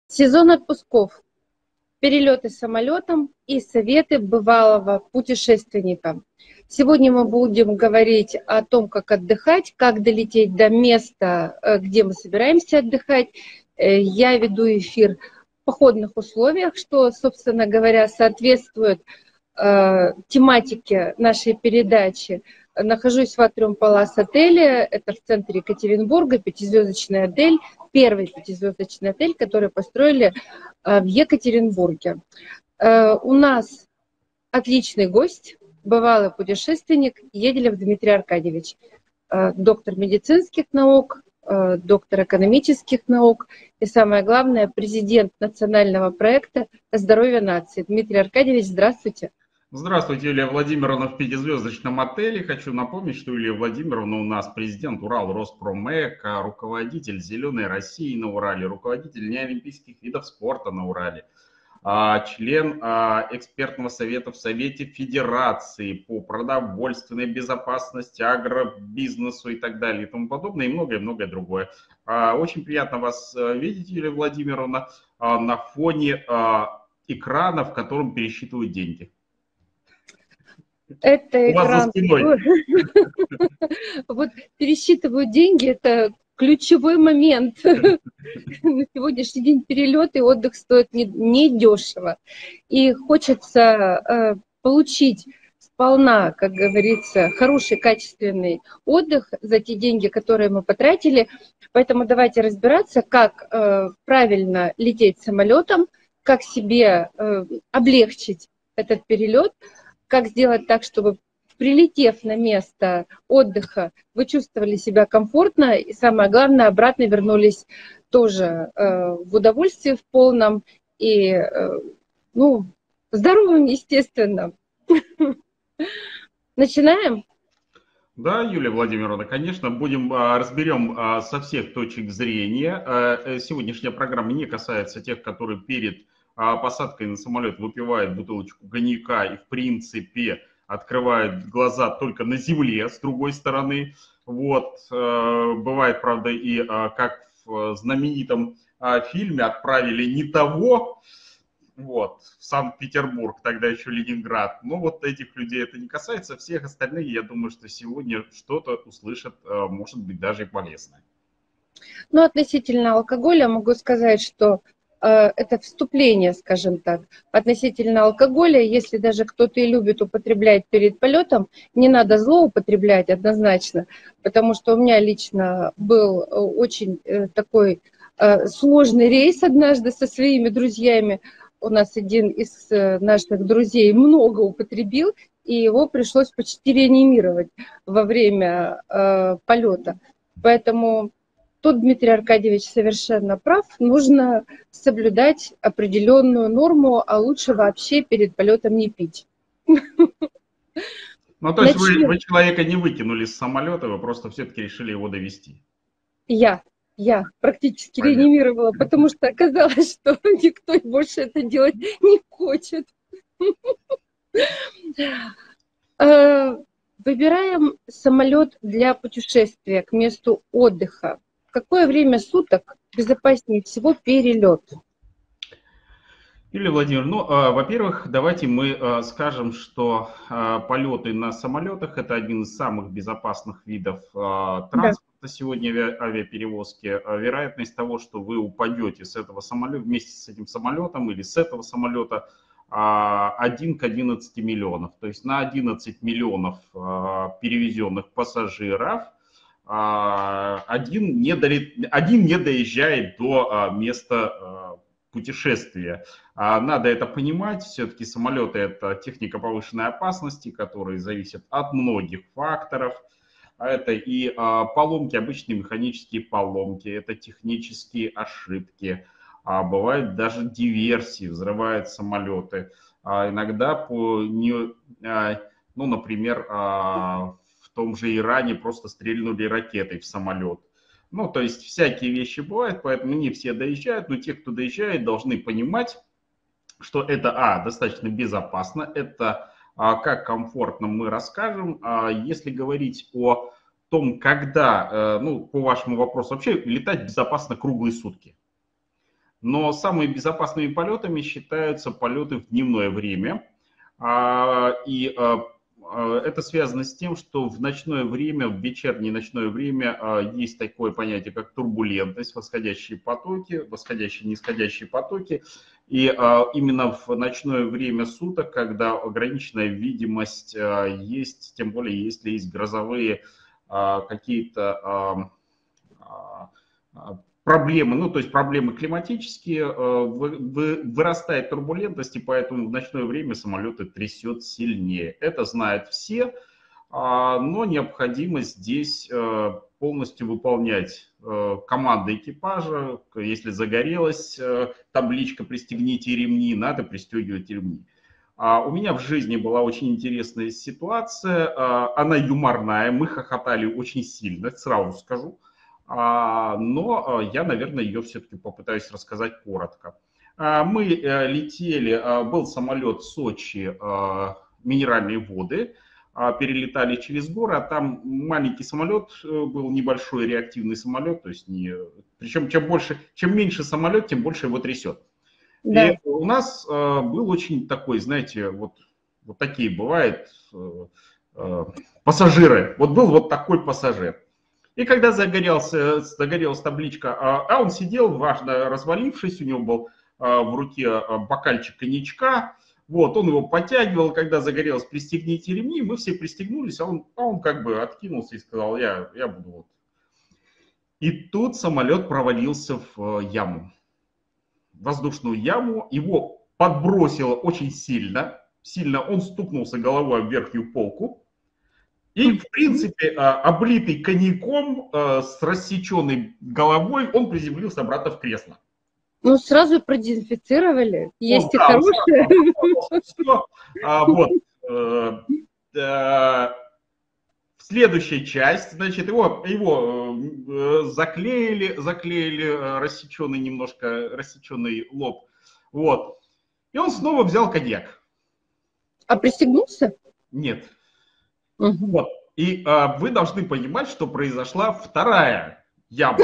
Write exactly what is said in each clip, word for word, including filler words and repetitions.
Сезон отпусков, перелеты самолетом и советы бывалого путешественника. Сегодня мы будем говорить о том, как отдыхать, как долететь до места, где мы собираемся отдыхать. Я веду эфир в походных условиях, что, собственно говоря, соответствует э, тематике нашей передачи. Нахожусь в Атриум Палас отеле, это в центре Екатеринбурга, пятизвездочный отель, первый пятизвездочный отель, который построили в Екатеринбурге. У нас отличный гость, бывалый путешественник Еделев Дмитрий Аркадьевич, доктор медицинских наук, доктор экономических наук и, самое главное, президент национального проекта «Здоровье нации». Дмитрий Аркадьевич, здравствуйте. Здравствуйте, Юлия Владимировна в пятизвездочном отеле. Хочу напомнить, что Юлия Владимировна у нас президент Урал Роспромэк, руководитель «Зеленой России» на Урале, руководитель неолимпийских видов спорта на Урале, член экспертного совета в Совете Федерации по продовольственной безопасности, агробизнесу и так далее и тому подобное, и многое-многое другое. Очень приятно вас видеть, Юлия Владимировна, на фоне экрана, в котором пересчитывают деньги. Это экран. Вот пересчитывают деньги, это ключевой момент. На сегодняшний день перелет и отдых стоят недешево. И хочется получить сполна, как говорится, хороший, качественный отдых за те деньги, которые мы потратили. Поэтому давайте разбираться, как правильно лететь самолетом, как себе облегчить этот перелет, как сделать так, чтобы, прилетев на место отдыха, вы чувствовали себя комфортно и, самое главное, обратно вернулись тоже э, в удовольствии в полном и, э, ну, здоровым, естественно. Начинаем? Да, Юлия Владимировна, конечно, будем разберем со всех точек зрения. Сегодняшняя программа не касается тех, которые перед посадкой на самолет выпивают бутылочку коньяка и, в принципе, открывают глаза только на земле, с другой стороны. Вот. Бывает, правда, и как в знаменитом фильме «Отправили не того», вот, в Санкт-Петербург, тогда еще Ленинград. Но вот этих людей это не касается. Всех остальных, я думаю, что сегодня что-то услышат, может быть, даже и полезное. Ну, относительно алкоголя могу сказать, что это вступление, скажем так. Относительно алкоголя, если даже кто-то и любит употреблять перед полетом, не надо злоупотреблять однозначно, потому что у меня лично был очень такой сложный рейс однажды со своими друзьями. У нас один из наших друзей много употребил, и его пришлось почти реанимировать во время полета. Поэтому тут Дмитрий Аркадьевич совершенно прав, нужно соблюдать определенную норму, а лучше вообще перед полетом не пить. Ну, то есть вы, вы человека не выкинули с самолета, вы просто все-таки решили его довести. Я, я практически Понятно. реанимировала, потому что оказалось, что никто больше это делать не хочет. Выбираем самолет для путешествия к месту отдыха. В какое время суток безопаснее всего перелет? Юлия Владимировна, ну, э, во-первых, давайте мы э, скажем, что э, полеты на самолетах – это один из самых безопасных видов э, транспорта да. сегодня, ави авиаперевозки. Вероятность того, что вы упадете с этого самолета, вместе с этим самолетом или с этого самолета, один к одиннадцати миллионов. То есть на одиннадцать миллионов э, перевезенных пассажиров Один не, долет... один не доезжает до а, места а, путешествия. А, надо это понимать. Все-таки самолеты – это техника повышенной опасности, которые зависят от многих факторов. Это и а, поломки, обычные механические поломки, это технические ошибки. А, бывают даже диверсии, взрывают самолеты. А, иногда по, не, а, ну, например, а, в том же Иране просто стрельнули ракетой в самолет. Ну, то есть всякие вещи бывают, поэтому не все доезжают, но те, кто доезжает, должны понимать, что это, а, достаточно безопасно, это, а, как комфортно мы расскажем. А, если говорить о том, когда, ну, по вашему вопросу, вообще летать безопасно круглые сутки. Но самыми безопасными полетами считаются полеты в дневное время. А, и а, это связано с тем, что в ночное время, в вечернее ночное время а, есть такое понятие, как турбулентность, восходящие потоки, восходящие и нисходящие потоки. И а, именно в ночное время суток, когда ограниченная видимость а, есть, тем более если есть грозовые а, какие-то а, а, проблемы, ну, то есть проблемы климатические, вырастает турбулентность, и поэтому в ночное время самолеты трясет сильнее. Это знают все, но необходимо здесь полностью выполнять команды экипажа. Если загорелась табличка «Пристегните ремни», надо пристегивать ремни. У меня в жизни была очень интересная ситуация, она юморная, мы хохотали очень сильно, сразу скажу. Но я, наверное, ее все-таки попытаюсь рассказать коротко. Мы летели, был самолет Сочи, Минеральные воды, перелетали через горы, а там маленький самолет был, небольшой реактивный самолет, то есть не... причем чем больше, чем меньше самолет, тем больше его трясет. Да. И у нас был очень такой, знаете, вот, вот такие бывают пассажиры, вот был вот такой пассажир. И когда загорелся, загорелась табличка, а он сидел, важно развалившись, у него был в руке бокальчик коньячка, вот, он его подтягивал, когда загорелось «Пристегните ремни», мы все пристегнулись, а он, а он как бы откинулся и сказал, я, я буду вот. И тут самолет провалился в яму, воздушную яму, его подбросило очень сильно, сильно он стукнулся головой об верхнюю полку. И, в принципе, облитый коньяком, с рассеченной головой, он приземлился обратно в кресло. Ну, сразу продезинфицировали. Есть ну, и да, хорошие. Вот. Следующая часть, значит, его, его заклеили, заклеили рассеченный немножко, рассеченный лоб. Вот. И он снова взял коньяк. А пристегнулся? Нет. Угу. Вот. И а, вы должны понимать, что произошла вторая яма.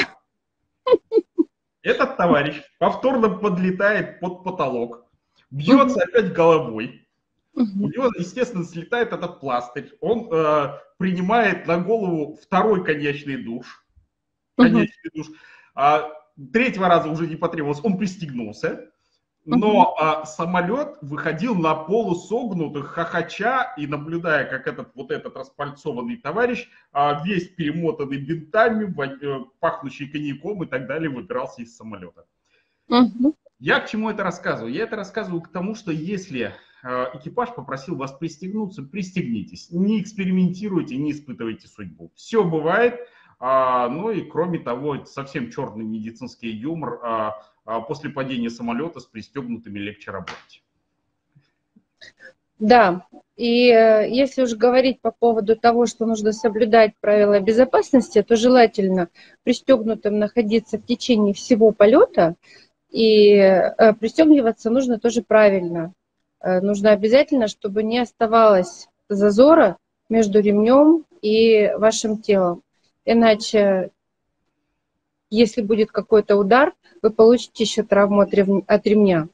Этот товарищ повторно подлетает под потолок, бьется угу. опять головой. Угу. У него, естественно, слетает этот пластырь. Он э, принимает на голову второй конечный душ. Конечный угу. душ. А, третьего раза уже не потребовалось. Он пристегнулся. Но а, самолет выходил на полусогнутых, хохоча, и наблюдая, как этот вот этот распальцованный товарищ, а, весь перемотанный бинтами, пахнущий коньяком и так далее, выбирался из самолета. Uh-huh. Я к чему это рассказываю? Я это рассказываю к тому, что если а, экипаж попросил вас пристегнуться, пристегнитесь. Не экспериментируйте, не испытывайте судьбу. Все бывает. А, ну и кроме того, совсем черный медицинский юмор. А, после падения самолета с пристегнутыми легче работать. Да, и э, если уж говорить по поводу того, что нужно соблюдать правила безопасности, то желательно пристегнутым находиться в течение всего полета, и э, пристегиваться нужно тоже правильно. Э, нужно обязательно, чтобы не оставалось зазора между ремнем и вашим телом. Иначе, если будет какой-то удар, вы получите еще травму от ремня.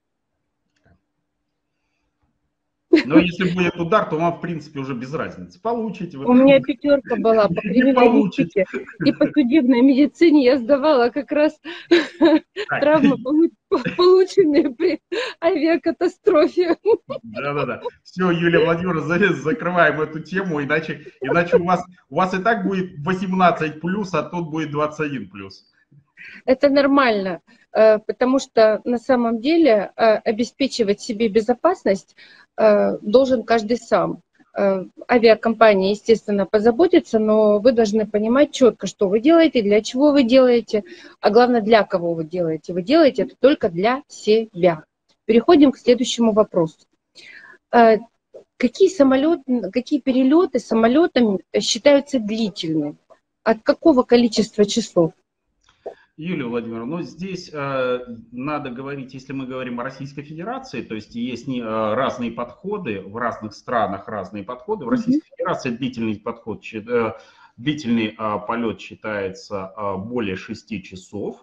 Но если будет удар, то вам, в принципе, уже без разницы. Получите. У меня пятерка была по криминалистике и по судебной медицине. Я сдавала как раз травмы, полученные при авиакатастрофе. Да-да-да. Все, Юлия Владимировна, закрываем эту тему, иначе, иначе у вас, у вас и так будет восемнадцать плюс, а тут будет двадцать один плюс. Это нормально, потому что на самом деле обеспечивать себе безопасность должен каждый сам. Авиакомпания, естественно, позаботится, но вы должны понимать четко, что вы делаете, для чего вы делаете, а главное, для кого вы делаете. Вы делаете это только для себя. Переходим к следующему вопросу. Какие самолеты, какие перелеты самолетами считаются длительными? От какого количества часов? Юлия Владимировна, ну здесь э, надо говорить, если мы говорим о Российской Федерации, то есть есть не, э, разные подходы, в разных странах разные подходы. В Российской mm-hmm. Федерации длительный подход, э, длительный э, полет считается э, более шести часов.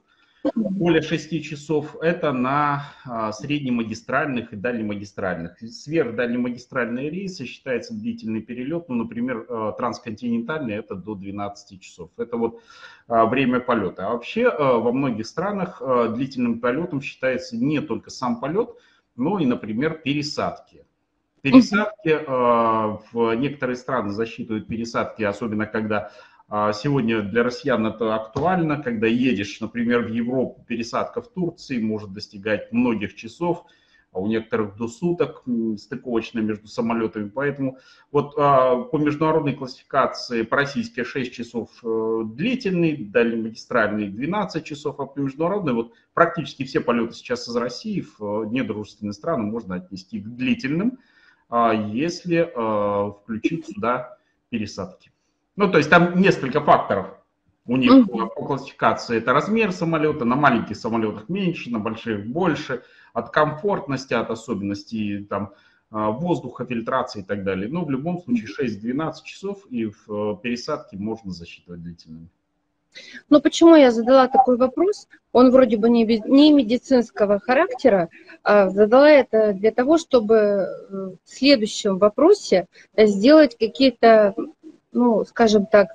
более шести часов, это на а, среднемагистральных и дальнемагистральных. Сверхдальнемагистральные рейсы считается длительный перелет, ну, например, а, трансконтинентальный это до двенадцати часов. Это вот а, время полета. А вообще а, во многих странах а, длительным полетом считается не только сам полет, но и, например, пересадки. Пересадки, а, в некоторые страны засчитывают пересадки, особенно когда а сегодня для россиян это актуально, когда едешь, например, в Европу, пересадка в Турции может достигать многих часов, а у некоторых до суток, стыковочно между самолетами. Поэтому вот по международной классификации по российской шесть часов длительный, дальнемагистральный двенадцать часов, а по международной вот практически все полеты сейчас из России в недружественные страны можно отнести к длительным, если включить сюда пересадки. Ну, то есть там несколько факторов у них uh-huh. по классификации. Это размер самолета, на маленьких самолетах меньше, на больших больше, от комфортности, от особенностей там, воздуха, фильтрации и так далее. Но в любом случае шесть-двенадцать часов и в пересадке можно засчитывать длительными. Ну, почему я задала такой вопрос? Он вроде бы не, не медицинского характера, а задала это для того, чтобы в следующем вопросе сделать какие-то, ну, скажем так,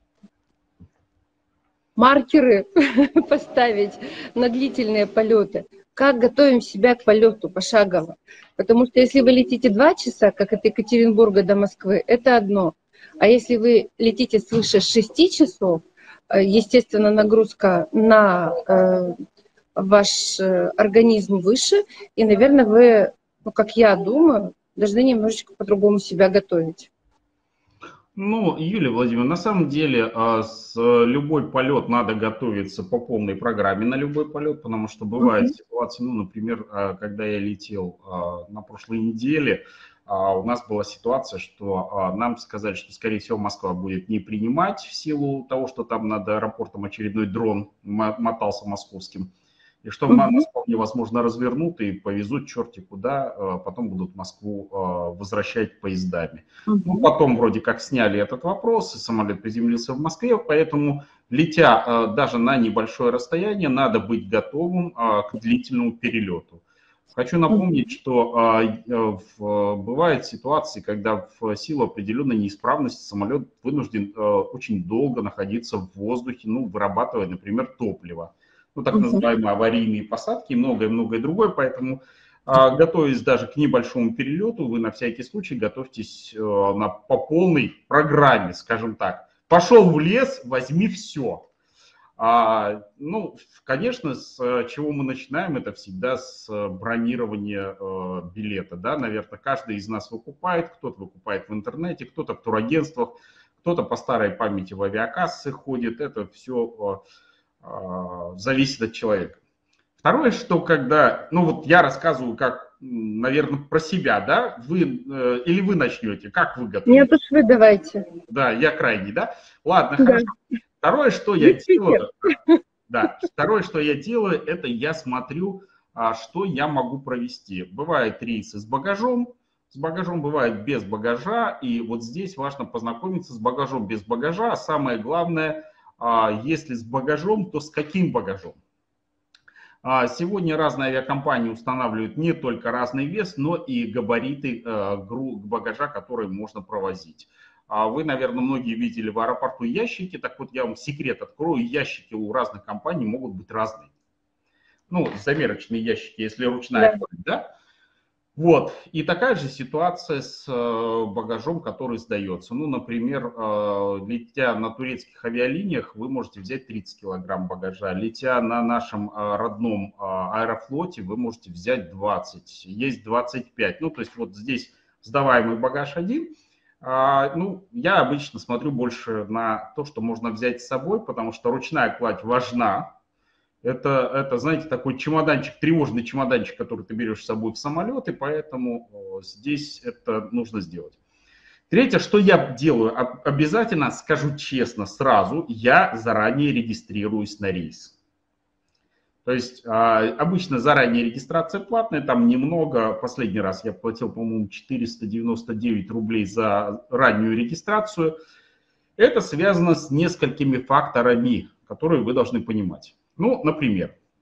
маркеры поставить на длительные полеты. Как готовим себя к полету пошагово? Потому что если вы летите два часа, как от Екатеринбурга до Москвы, это одно. А если вы летите свыше шести часов, естественно, нагрузка на э, ваш организм выше, и, наверное, вы, ну, как я думаю, должны немножечко по-другому себя готовить. Ну, Юлия Владимировна, на самом деле с любой полет надо готовиться по полной программе на любой полет, потому что бывают uh-huh. ситуации, ну, например, когда я летел на прошлой неделе, у нас была ситуация, что нам сказали, что, скорее всего, Москва будет не принимать в силу того, что там над аэропортом очередной дрон мотался московским. И что uh-huh. нас вполне возможно развернут и повезут черти куда, потом будут Москву возвращать поездами. Uh-huh. Ну, потом вроде как сняли этот вопрос, и самолет приземлился в Москве, поэтому, летя даже на небольшое расстояние, надо быть готовым к длительному перелету. Хочу напомнить, что бывают ситуации, когда в силу определенной неисправности самолет вынужден очень долго находиться в воздухе, ну, вырабатывая, например, топливо. Ну, так называемые аварийные посадки и многое-многое другое. Поэтому, а, готовясь даже к небольшому перелету, вы на всякий случай готовьтесь а, на, по полной программе, скажем так. Пошел в лес, возьми все. А, ну, конечно, с чего мы начинаем, это всегда с бронирования а, билета. Да? Наверное, каждый из нас выкупает, кто-то выкупает в интернете, кто-то в турагентствах, кто-то по старой памяти в авиакассы ходит. Это все... зависит от человека. Второе, что когда, ну вот я рассказываю как, наверное, про себя, да, вы, э, или вы начнете, как вы готовите? Нет, уж вы давайте. Да, я крайний, да? Ладно, да. Хорошо. Второе, что я делаю, да, второе, что я делаю, это я смотрю, а, что я могу провести. Бывают рейсы с багажом, с багажом бывает без багажа, и вот здесь важно познакомиться с багажом без багажа, а самое главное, если с багажом, то с каким багажом? Сегодня разные авиакомпании устанавливают не только разный вес, но и габариты багажа, которые можно провозить. Вы, наверное, многие видели в аэропорту ящики, так вот я вам секрет открою, ящики у разных компаний могут быть разные. Ну, замерочные ящики, если ручная, да? да? Вот, и такая же ситуация с багажом, который сдается. Ну, например, летя на турецких авиалиниях, вы можете взять тридцать килограмм багажа. Летя на нашем родном Аэрофлоте, вы можете взять двадцать, есть двадцать пять. Ну, то есть вот здесь сдаваемый багаж один. Ну, я обычно смотрю больше на то, что можно взять с собой, потому что ручная кладь важна. Это, это, знаете, такой чемоданчик, тревожный чемоданчик, который ты берешь с собой в самолет, и поэтому здесь это нужно сделать. Третье, что я делаю, обязательно, скажу честно, сразу, я заранее регистрируюсь на рейс. То есть обычно заранее регистрация платная, там немного, последний раз я платил, по-моему, четыреста девяносто девять рублей за раннюю регистрацию. Это связано с несколькими факторами, которые вы должны понимать. Ну, например,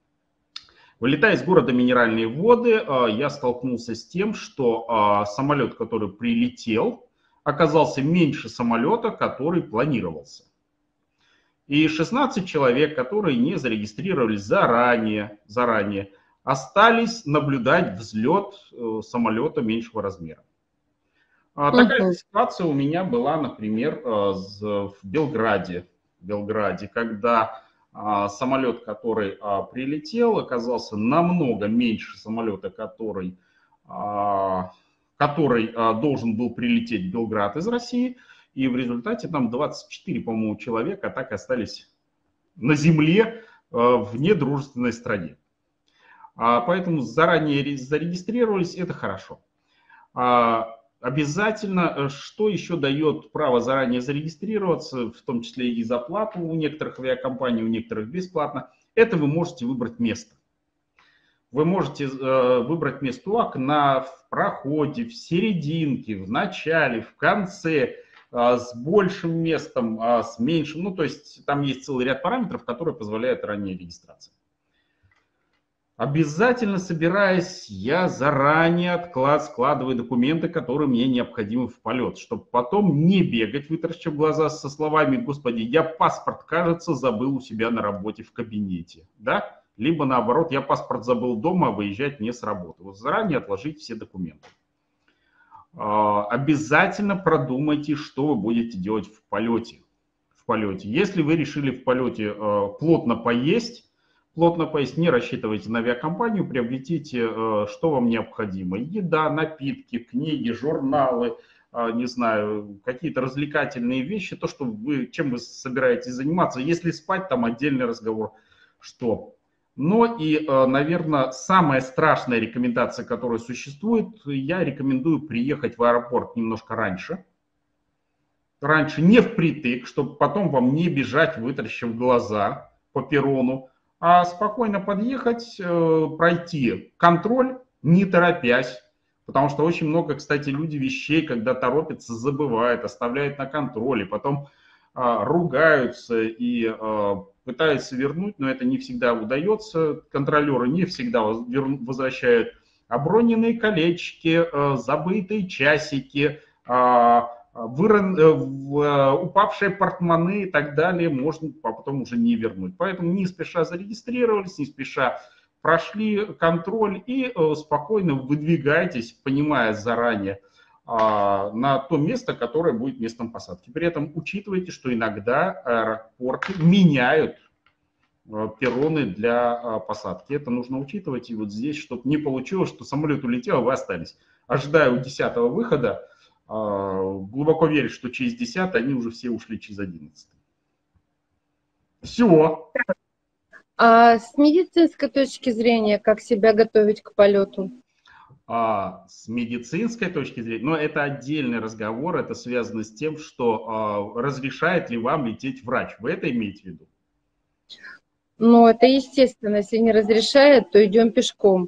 Вылетая из города Минеральные Воды, я столкнулся с тем, что самолет, который прилетел, оказался меньше самолета, который планировался. И шестнадцать человек, которые не зарегистрировались заранее, заранее остались наблюдать взлет самолета меньшего размера. Такая же ситуация у меня была, например, в Белграде, в Белграде, когда самолет, который прилетел, оказался намного меньше самолета, который, который должен был прилететь в Белград из России. И в результате там двадцать четыре, по-моему, человека так и остались на земле в недружественной стране. Поэтому заранее зарегистрировались, это хорошо. Обязательно, что еще дает право заранее зарегистрироваться, в том числе и за плату у некоторых авиакомпаний, у некоторых бесплатно, это вы можете выбрать место. Вы можете выбрать место у окна, в проходе, в серединке, в начале, в конце, с большим местом, с меньшим. Ну, то есть там есть целый ряд параметров, которые позволяют ранней регистрации. Обязательно собираясь, я заранее отклад, складываю документы, которые мне необходимы в полет, чтобы потом не бегать, вытаращив глаза со словами: «Господи, я паспорт, кажется, забыл у себя на работе в кабинете». Да? Либо наоборот, я паспорт забыл дома, а выезжать не с работы. Вот заранее отложить все документы. Обязательно продумайте, что вы будете делать в полете. В полете. Если вы решили в полете плотно поесть, плотно поесть, не рассчитывайте на авиакомпанию, приобретите, что вам необходимо. Еда, напитки, книги, журналы, не знаю, какие-то развлекательные вещи, то, что вы, чем вы собираетесь заниматься. Если спать, там отдельный разговор, что. Но и, наверное, самая страшная рекомендация, которая существует, я рекомендую приехать в аэропорт немножко раньше. Раньше не впритык, чтобы потом вам не бежать, вытаращив глаза по перрону, а спокойно подъехать, пройти контроль, не торопясь. Потому что очень много, кстати, люди вещей, когда торопятся, забывают, оставляют на контроле, потом ругаются и пытаются вернуть, но это не всегда удается. Контролеры не всегда возвращают оброненные колечки, забытые часики, вырон, упавшие портмоне и так далее, можно потом уже не вернуть. Поэтому не спеша зарегистрировались, не спеша прошли контроль и спокойно выдвигайтесь, понимая заранее, на то место, которое будет местом посадки. При этом учитывайте, что иногда аэропорты меняют перроны для посадки. Это нужно учитывать. И вот здесь, чтобы не получилось, что самолет улетел, а вы остались. Ожидая у десятого выхода, глубоко верю, что через десятый они уже все ушли через одиннадцатый. Все. А с медицинской точки зрения, как себя готовить к полету? А, с медицинской точки зрения, но это отдельный разговор, это связано с тем, что а, разрешает ли вам лететь врач. Вы это имеете в виду? Ну, это естественно, если не разрешает, то идем пешком.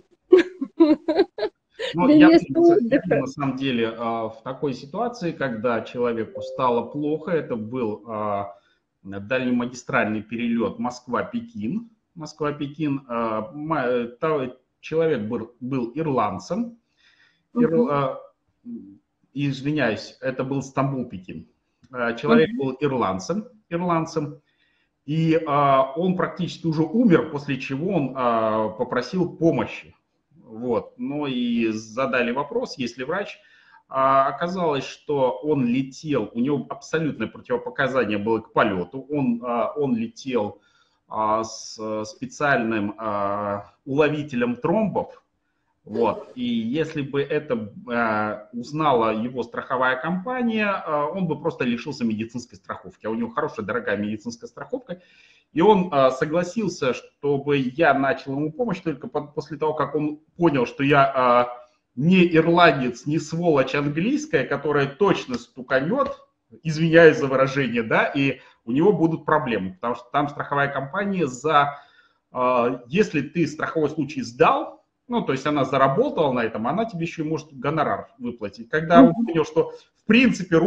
Ну, я, я на самом деле в такой ситуации, когда человеку стало плохо, это был дальнемагистральный перелет Москва-Пекин. Москва-Пекин. Человек был, был ирландцем. Ир, извиняюсь, это был Стамбул-Пекин. Человек был ирландцем, ирландцем. И он практически уже умер, после чего он попросил помощи. Вот. Ну и задали вопрос, если врач. А, оказалось, что он летел, у него абсолютное противопоказание было к полету. Он, а, он летел а, с специальным а, уловителем тромбов. Вот. И если бы это а, узнала его страховая компания, а, он бы просто лишился медицинской страховки. А у него хорошая, дорогая медицинская страховка. И он а, согласился, чтобы я начал ему помощь только под, после того, как он понял, что я а, не ирландец, не сволочь английская, которая точно стуканет, извиняюсь за выражение, да, и у него будут проблемы. Потому что там страховая компания за... А, если ты страховой случай сдал, ну, то есть она заработала на этом, она тебе еще и может гонорар выплатить. Когда он понял, что в принципе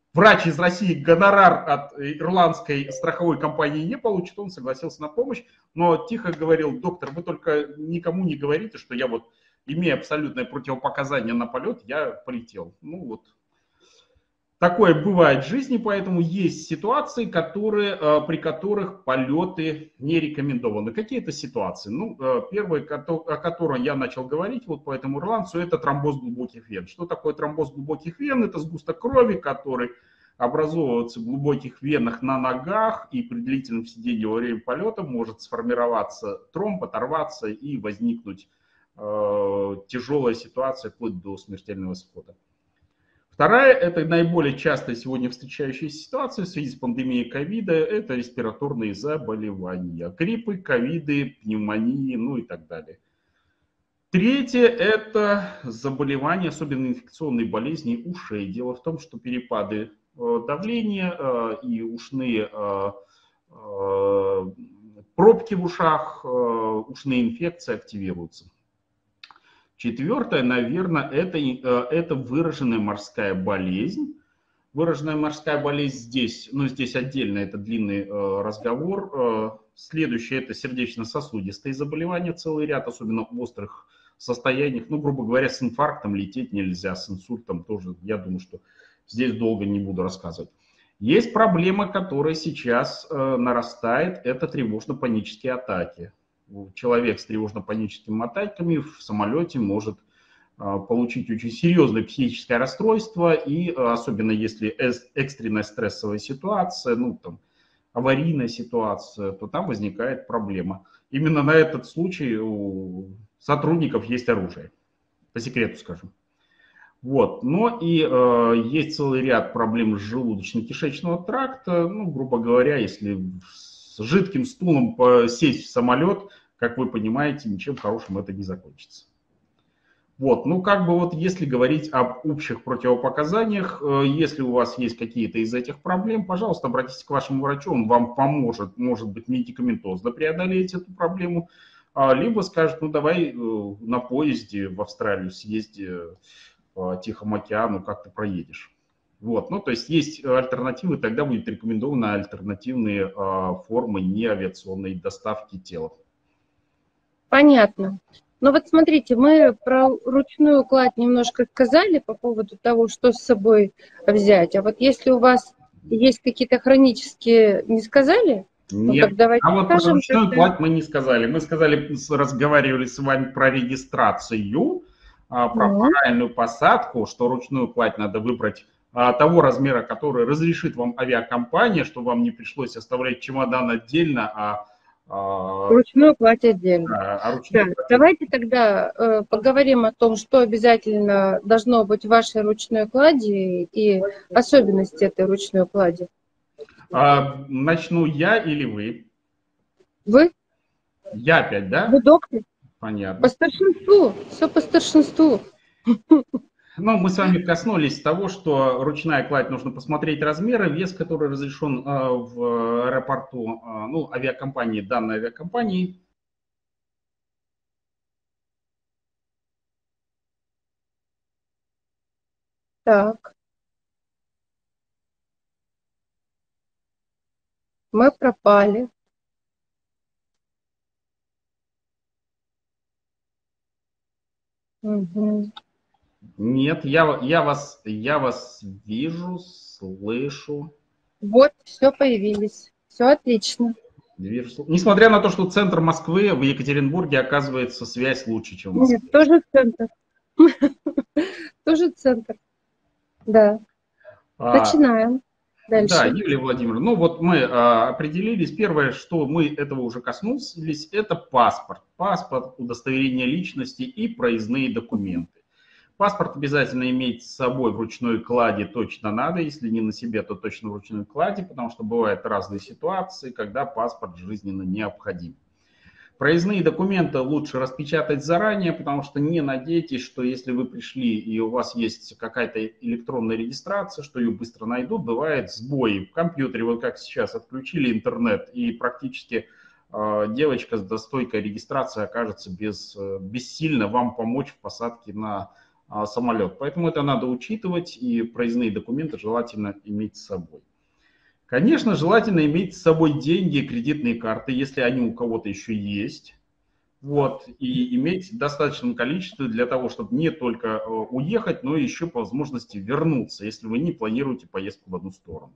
врач из России гонорар от ирландской страховой компании не получит, он согласился на помощь, но тихо говорил: доктор, вы только никому не говорите, что я вот, имея абсолютное противопоказание на полет, я полетел. Ну вот. Такое бывает в жизни, поэтому есть ситуации, которые, при которых полеты не рекомендованы. Какие это ситуации? Ну, первое, о котором я начал говорить вот по этому ирландцу, это тромбоз глубоких вен. Что такое тромбоз глубоких вен? Это сгусток крови, который образовывается в глубоких венах на ногах, и при длительном сидении во время полета может сформироваться тромб, оторваться и возникнуть э, тяжелая ситуация вплоть до смертельного исхода. Вторая, это наиболее частая сегодня встречающаяся ситуация в связи с пандемией ковида, это респираторные заболевания, гриппы, ковиды, пневмонии, ну и так далее. Третье, это заболевания, особенно инфекционные болезни ушей. Дело в том, что перепады давления и ушные пробки в ушах, ушные инфекции активируются. Четвертое, наверное, это, это выраженная морская болезнь. Выраженная морская болезнь здесь, ну здесь отдельно, это длинный э, разговор. Э, следующее, это сердечно-сосудистые заболевания, целый ряд, особенно в острых состояниях. Ну, грубо говоря, с инфарктом лететь нельзя, с инсультом тоже, я думаю, что здесь долго не буду рассказывать. Есть проблема, которая сейчас э, нарастает, это тревожно-панические атаки. Человек с тревожно-паническими атаками в самолете может получить очень серьезное психическое расстройство, и особенно если экстренная стрессовая ситуация, ну там аварийная ситуация, то там возникает проблема. Именно на этот случай у сотрудников есть оружие, по секрету скажем. Вот. Но и э, есть целый ряд проблем с желудочно-кишечного тракта. Ну, грубо говоря, если с жидким стулом сесть в самолет, как вы понимаете, ничем хорошим это не закончится. Вот, ну как бы вот если говорить об общих противопоказаниях, э, если у вас есть какие-то из этих проблем, пожалуйста, обратитесь к вашему врачу, он вам поможет, может быть, медикаментозно преодолеть эту проблему, а, либо скажет: ну давай э, на поезде в Австралию съезди, по Тихому океану, как ты проедешь. Вот, ну то есть есть альтернативы, тогда будет рекомендованы альтернативные э, формы неавиационной доставки тела. Понятно. Ну вот смотрите, мы про ручную кладь немножко сказали по поводу того, что с собой взять. А вот если у вас есть какие-то хронические, не сказали? Нет, ну, так давайте а вот скажем, про ручную тогда... кладь мы не сказали. Мы сказали, разговаривали с вами про регистрацию, про Ну. правильную посадку, что ручную кладь надо выбрать того размера, который разрешит вам авиакомпания, чтобы вам не пришлось оставлять чемодан отдельно, а ручную кладь отдельно. Да, а ручную так, кладь... Давайте тогда э, поговорим о том, что обязательно должно быть в вашей ручной клади и особенности этой ручной клади. А, начну я или вы? Вы? Я опять, да? Вы доктор? Понятно. По старшинству, все по старшинству. Ну, мы с вами коснулись того, что ручная кладь, нужно посмотреть размеры, вес, который разрешен э, в аэропорту, э, ну, авиакомпании, данной авиакомпании. Так. Мы пропали. Угу. Нет, я, я, вас, я вас вижу, слышу. Вот, все появились. Все отлично. Вижу. Несмотря на то, что центр Москвы, в Екатеринбурге, оказывается, связь лучше, чем в Москве. Нет, тоже центр. Тоже центр. Да. Начинаем. Дальше. Да, Юлия Владимировна, ну вот мы а, определились. Первое, что мы этого уже коснулись, это паспорт. Паспорт, удостоверение личности и проездные документы. Паспорт обязательно иметь с собой в ручной клади точно надо. Если не на себе, то точно в ручной клади, потому что бывают разные ситуации, когда паспорт жизненно необходим. Проездные документы лучше распечатать заранее, потому что не надейтесь, что если вы пришли и у вас есть какая-то электронная регистрация, что ее быстро найдут. Бывает сбои в компьютере, вот как сейчас отключили интернет, и практически э, девочка с достойкой регистрации окажется без, э, бессильно вам помочь в посадке на самолет. Поэтому это надо учитывать, и проездные документы желательно иметь с собой. Конечно, желательно иметь с собой деньги, кредитные карты, если они у кого-то еще есть. Вот, и иметь в достаточном количестве для того, чтобы не только уехать, но еще по возможности вернуться, если вы не планируете поездку в одну сторону.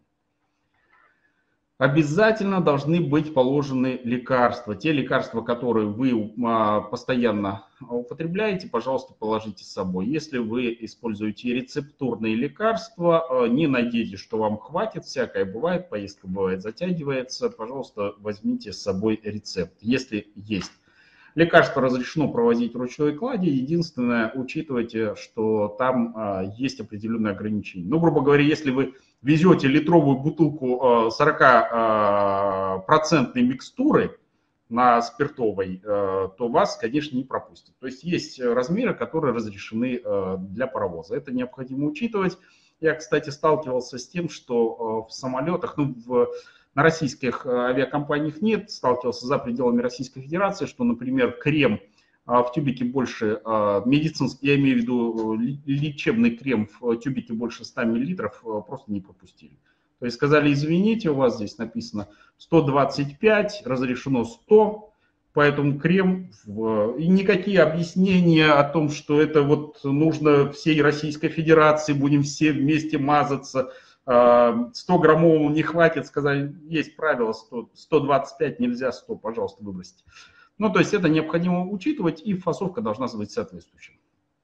Обязательно должны быть положены лекарства. Те лекарства, которые вы постоянно употребляете, пожалуйста, положите с собой. Если вы используете рецептурные лекарства, не надейтесь, что вам хватит, всякое бывает, поездка бывает затягивается, пожалуйста, возьмите с собой рецепт, если есть. Лекарство разрешено провозить в ручной кладе, единственное, учитывайте, что там а, есть определенные ограничения. Ну, грубо говоря, если вы везете литровую бутылку сорокапроцентной микстуры на спиртовой, а, то вас, конечно, не пропустят. То есть есть размеры, которые разрешены а, для паровоза. Это необходимо учитывать. Я, кстати, сталкивался с тем, что а, в самолетах, ну, в на российских авиакомпаниях нет, сталкивался за пределами Российской Федерации, что, например, крем в тюбике больше, медицинский, я имею в виду лечебный крем в тюбике больше ста миллилитров просто не пропустили. То есть сказали, извините, у вас здесь написано сто двадцать пять, разрешено сто, поэтому крем, и никакие объяснения о том, что это вот нужно всей Российской Федерации, будем все вместе мазаться, сто граммового не хватит, сказали, есть правило, сто двадцать пять нельзя, сто, пожалуйста, выбросьте. Ну, то есть это необходимо учитывать, и фасовка должна быть соответствующей.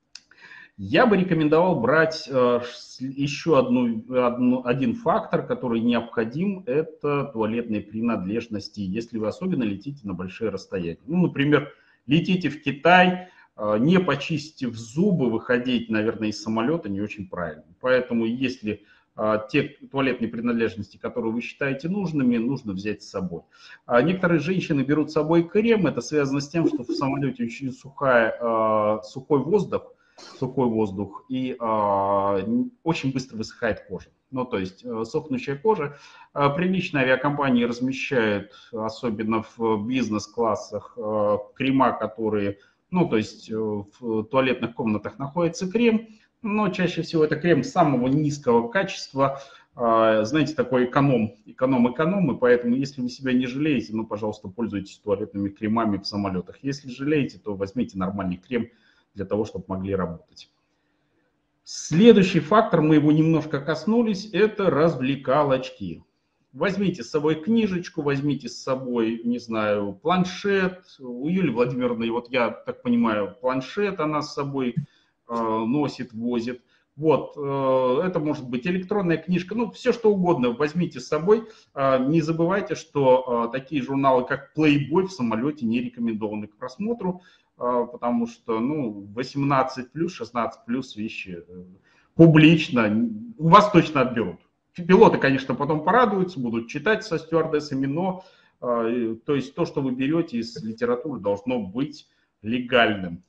Я бы рекомендовал брать еще одну, одну, один фактор, который необходим, это туалетные принадлежности, если вы особенно летите на большие расстояния. Ну, например, летите в Китай, не почистив зубы, выходить, наверное, из самолета не очень правильно. Поэтому если те туалетные принадлежности, которые вы считаете нужными, нужно взять с собой. Некоторые женщины берут с собой крем, это связано с тем, что в самолете очень сухая, сухой воздух, сухой воздух и очень быстро высыхает кожа. Ну, то есть сохнущая кожа. Приличные авиакомпании размещают, особенно в бизнес-классах, крема, которые, ну, то есть в туалетных комнатах находится крем, но чаще всего это крем самого низкого качества, знаете, такой эконом, эконом-эконом, и поэтому, если вы себя не жалеете, ну, пожалуйста, пользуйтесь туалетными кремами в самолетах. Если жалеете, то возьмите нормальный крем для того, чтобы могли работать. Следующий фактор, мы его немножко коснулись, это развлекалочки. Возьмите с собой книжечку, возьмите с собой, не знаю, планшет. У Юлии Владимировны, вот я так понимаю, планшет она с собой носит, возит. Вот, это может быть электронная книжка, ну, все что угодно возьмите с собой. Не забывайте, что такие журналы, как Playboy, в самолете не рекомендованы к просмотру, потому что, ну, восемнадцать плюс, шестнадцать плюс вещи публично у вас точно отберут. Пилоты, конечно, потом порадуются, будут читать со стюардессами, но, то есть, то, что вы берете из литературы, должно быть легальным.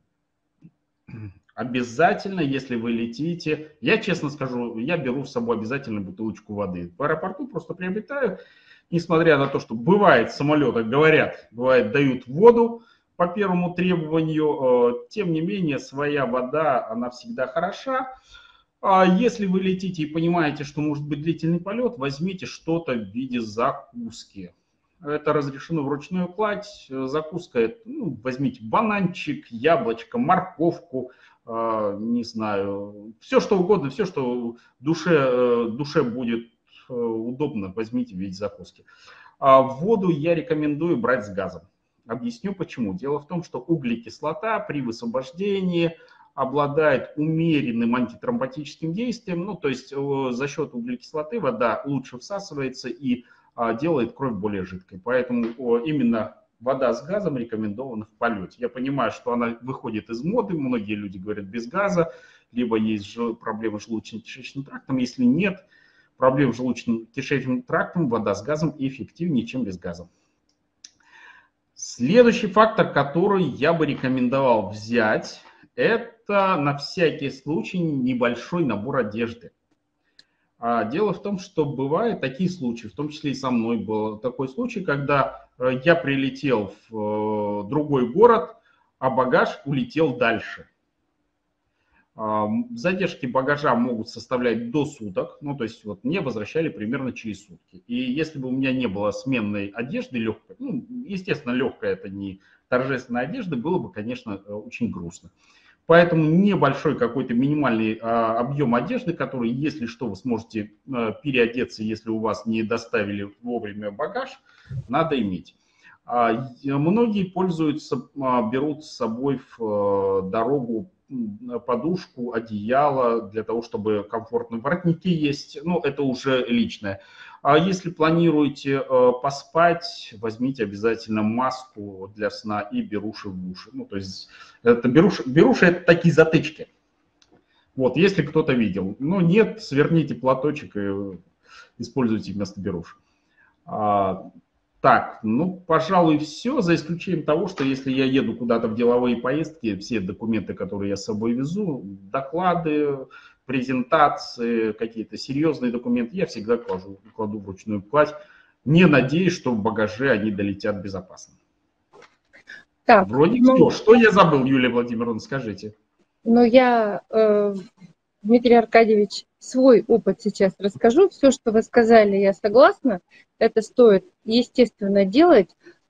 Обязательно, если вы летите, я честно скажу, я беру с собой обязательно бутылочку воды. В аэропорту просто приобретаю, несмотря на то, что бывает в самолетах, говорят, бывает дают воду по первому требованию, тем не менее своя вода, она всегда хороша. А если вы летите и понимаете, что может быть длительный полет, возьмите что-то в виде закуски. Это разрешено в ручную кладь. Закуска, ну, возьмите бананчик, яблочко, морковку, э, не знаю, все что угодно, все, что душе, э, душе будет э, удобно, возьмите в виде закуски. А воду я рекомендую брать с газом. Объясню почему. Дело в том, что углекислота при высвобождении обладает умеренным антитромботическим действием, ну, то есть э, за счет углекислоты вода лучше всасывается и делает кровь более жидкой. Поэтому именно вода с газом рекомендована в полете. Я понимаю, что она выходит из моды, многие люди говорят без газа, либо есть проблемы с желудочно-кишечным трактом. Если нет проблем с желудочно-кишечным трактом, вода с газом эффективнее, чем без газа. Следующий фактор, который я бы рекомендовал взять, это на всякий случай небольшой набор одежды. Дело в том, что бывают такие случаи, в том числе и со мной был такой случай, когда я прилетел в другой город, а багаж улетел дальше. Задержки багажа могут составлять до суток, ну, то есть вот мне возвращали примерно через сутки. И если бы у меня не было сменной одежды легкой, ну, естественно, легкая это не торжественная одежда, было бы, конечно, очень грустно. Поэтому небольшой какой-то минимальный а, объем одежды, который, если что, вы сможете а, переодеться, если у вас не доставили вовремя багаж, надо иметь. А, многие пользуются, а, берут с собой в а, дорогу подушку, одеяло, для того, чтобы комфортные воротники есть, ну, это уже личное. А если планируете э, поспать, возьмите обязательно маску для сна и беруши в уши. Ну, то есть это беруши, беруши это такие затычки. Вот, если кто-то видел. Но нет, сверните платочек и используйте вместо беруши. А, так, ну, пожалуй, все, за исключением того, что если я еду куда-то в деловые поездки, все документы, которые я с собой везу, доклады, презентации, какие-то серьезные документы, я всегда кладу, кладу в ручную кладь, не надеюсь, что в багаже они долетят безопасно. Так, Вроде ну, все. Что я забыл, Юлия Владимировна, скажите. Ну, я, э, Дмитрий Аркадьевич, свой опыт сейчас расскажу. Все, что вы сказали, я согласна. Это стоит, естественно, делать.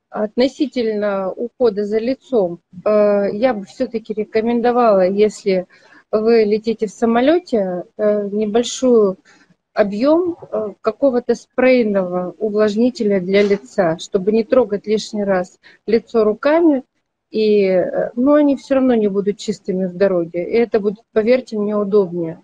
Относительно ухода за лицом, э, я бы все-таки рекомендовала, если вы летите в самолете, э, небольшой объем э, какого-то спрейного увлажнителя для лица, чтобы не трогать лишний раз лицо руками. И, ну, они все равно не будут чистыми в дороге. И это будет, поверьте мне, удобнее.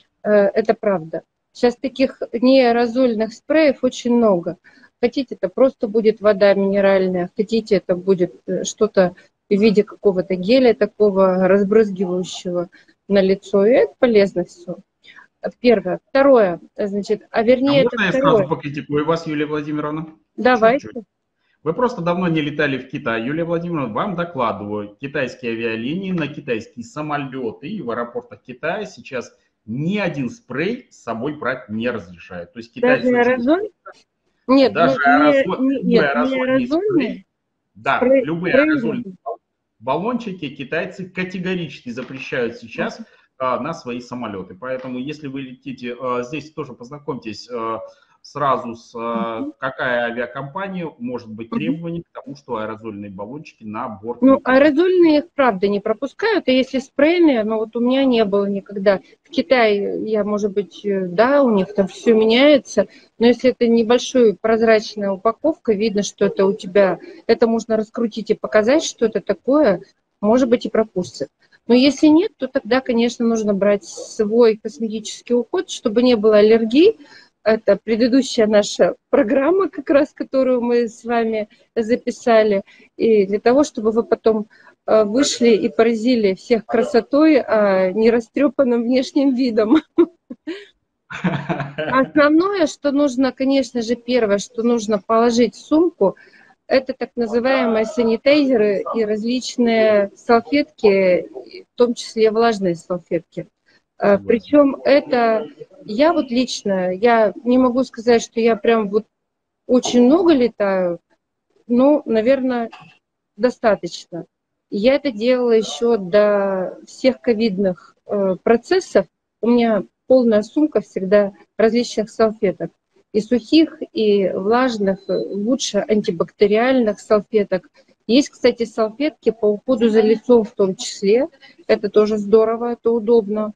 Это правда. Сейчас таких неаэрозольных спреев очень много. Хотите, это просто будет вода минеральная, хотите, это будет что-то в виде какого-то геля такого разбрызгивающего на лицо. И это полезно все. Первое. Второе, значит, а вернее... А можно это я второе. сразу покритикую вас, Юлия Владимировна? Давайте. Чуть-чуть. Вы просто давно не летали в Китай, Юлия Владимировна, вам докладываю, китайские авиалинии на китайские самолеты и в аэропортах Китая сейчас ни один спрей с собой брать не разрешают. То есть китайцы... Даже аэрозоль? Нет, даже ну, аэрозоль, не, любой нет, аэрозольный не аэрозольный спрей, да, спрей, любые спрей аэрозольные баллончики китайцы категорически запрещают сейчас а, на свои самолеты. Поэтому если вы летите, а, здесь тоже познакомьтесь а, сразу с а, какая авиакомпания может быть требование к тому, что аэрозольные баллончики на борт. Ну, аэрозольные их, правда, не пропускают, и если спрейные, но вот у меня не было никогда. В Китае, я, может быть, да, у них там все меняется, но если это небольшая прозрачная упаковка, видно, что это у тебя, это можно раскрутить и показать, что это такое, может быть, и пропустят. Но если нет, то тогда, конечно, нужно брать свой косметический уход, чтобы не было аллергии. Это предыдущая наша программа, как раз, которую мы с вами записали. И для того, чтобы вы потом вышли и поразили всех красотой, а не растрепанным внешним видом. Основное, что нужно, конечно же, первое, что нужно положить в сумку, это так называемые санитайзеры и различные салфетки, в том числе влажные салфетки. Причем это, я вот лично, я не могу сказать, что я прям вот очень много летаю, но, наверное, достаточно. Я это делала еще до всех ковидных процессов. У меня полная сумка всегда различных салфеток. И сухих, и влажных, лучше антибактериальных салфеток. Есть, кстати, салфетки по уходу за лицом в том числе. Это тоже здорово, это удобно.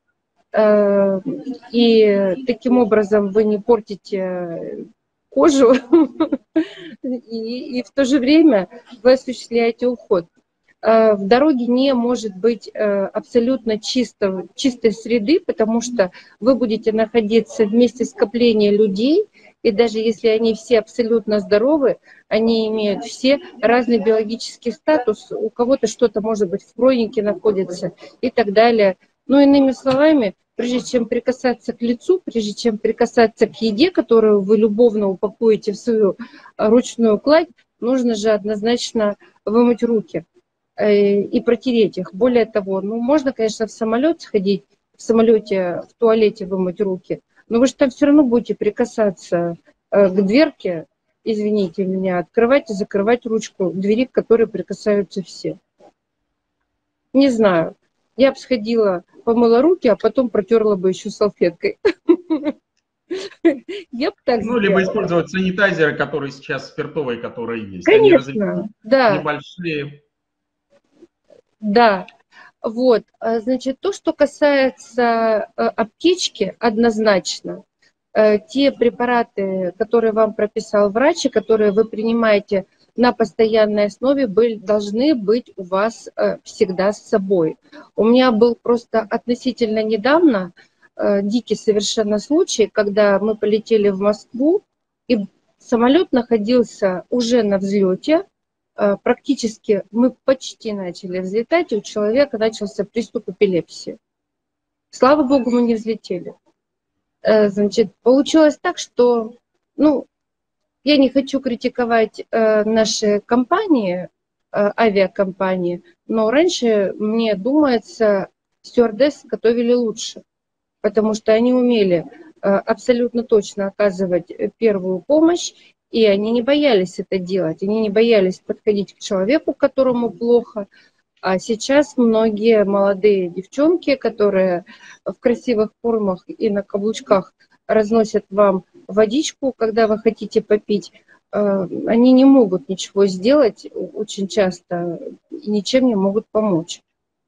И таким образом вы не портите кожу, и, и в то же время вы осуществляете уход. В дороге не может быть абсолютно чисто, чистой среды, потому что вы будете находиться в месте скопления людей, и даже если они все абсолютно здоровы, они имеют все разный биологический статус, у кого-то что-то, может быть, в хронике находится и так далее. Ну, иными словами, прежде чем прикасаться к лицу, прежде чем прикасаться к еде, которую вы любовно упакуете в свою ручную кладь, нужно же однозначно вымыть руки и протереть их. Более того, ну, можно, конечно, в самолет сходить, в самолете, в туалете вымыть руки, но вы же там все равно будете прикасаться к дверке, извините меня, открывать и закрывать ручку двери, к которой прикасаются все. Не знаю. Я бы сходила, помыла руки, а потом протерла бы еще салфеткой. Я бы так Ну, либо сделала. использовать санитайзеры, которые сейчас спиртовые, которые есть. Они Конечно, разрешены, да, небольшие. да. Вот, а, значит, то, что касается э, аптечки, однозначно, э, те препараты, которые вам прописал врач, и которые вы принимаете на постоянной основе, были, должны быть у вас э, всегда с собой. У меня был просто относительно недавно э, дикий совершенно случай, когда мы полетели в Москву, и самолет находился уже на взлете. Э, практически мы почти начали взлетать, и у человека начался приступ эпилепсии. Слава богу, мы не взлетели. Э, Значит, получилось так, что, ну, я не хочу критиковать э, наши компании, э, авиакомпании, но раньше, мне думается, стюардесс готовили лучше, потому что они умели э, абсолютно точно оказывать э, первую помощь, и они не боялись это делать, они не боялись подходить к человеку, которому плохо. А сейчас многие молодые девчонки, которые в красивых формах и на каблучках разносят вам водичку, когда вы хотите попить, э, они не могут ничего сделать очень часто и ничем не могут помочь.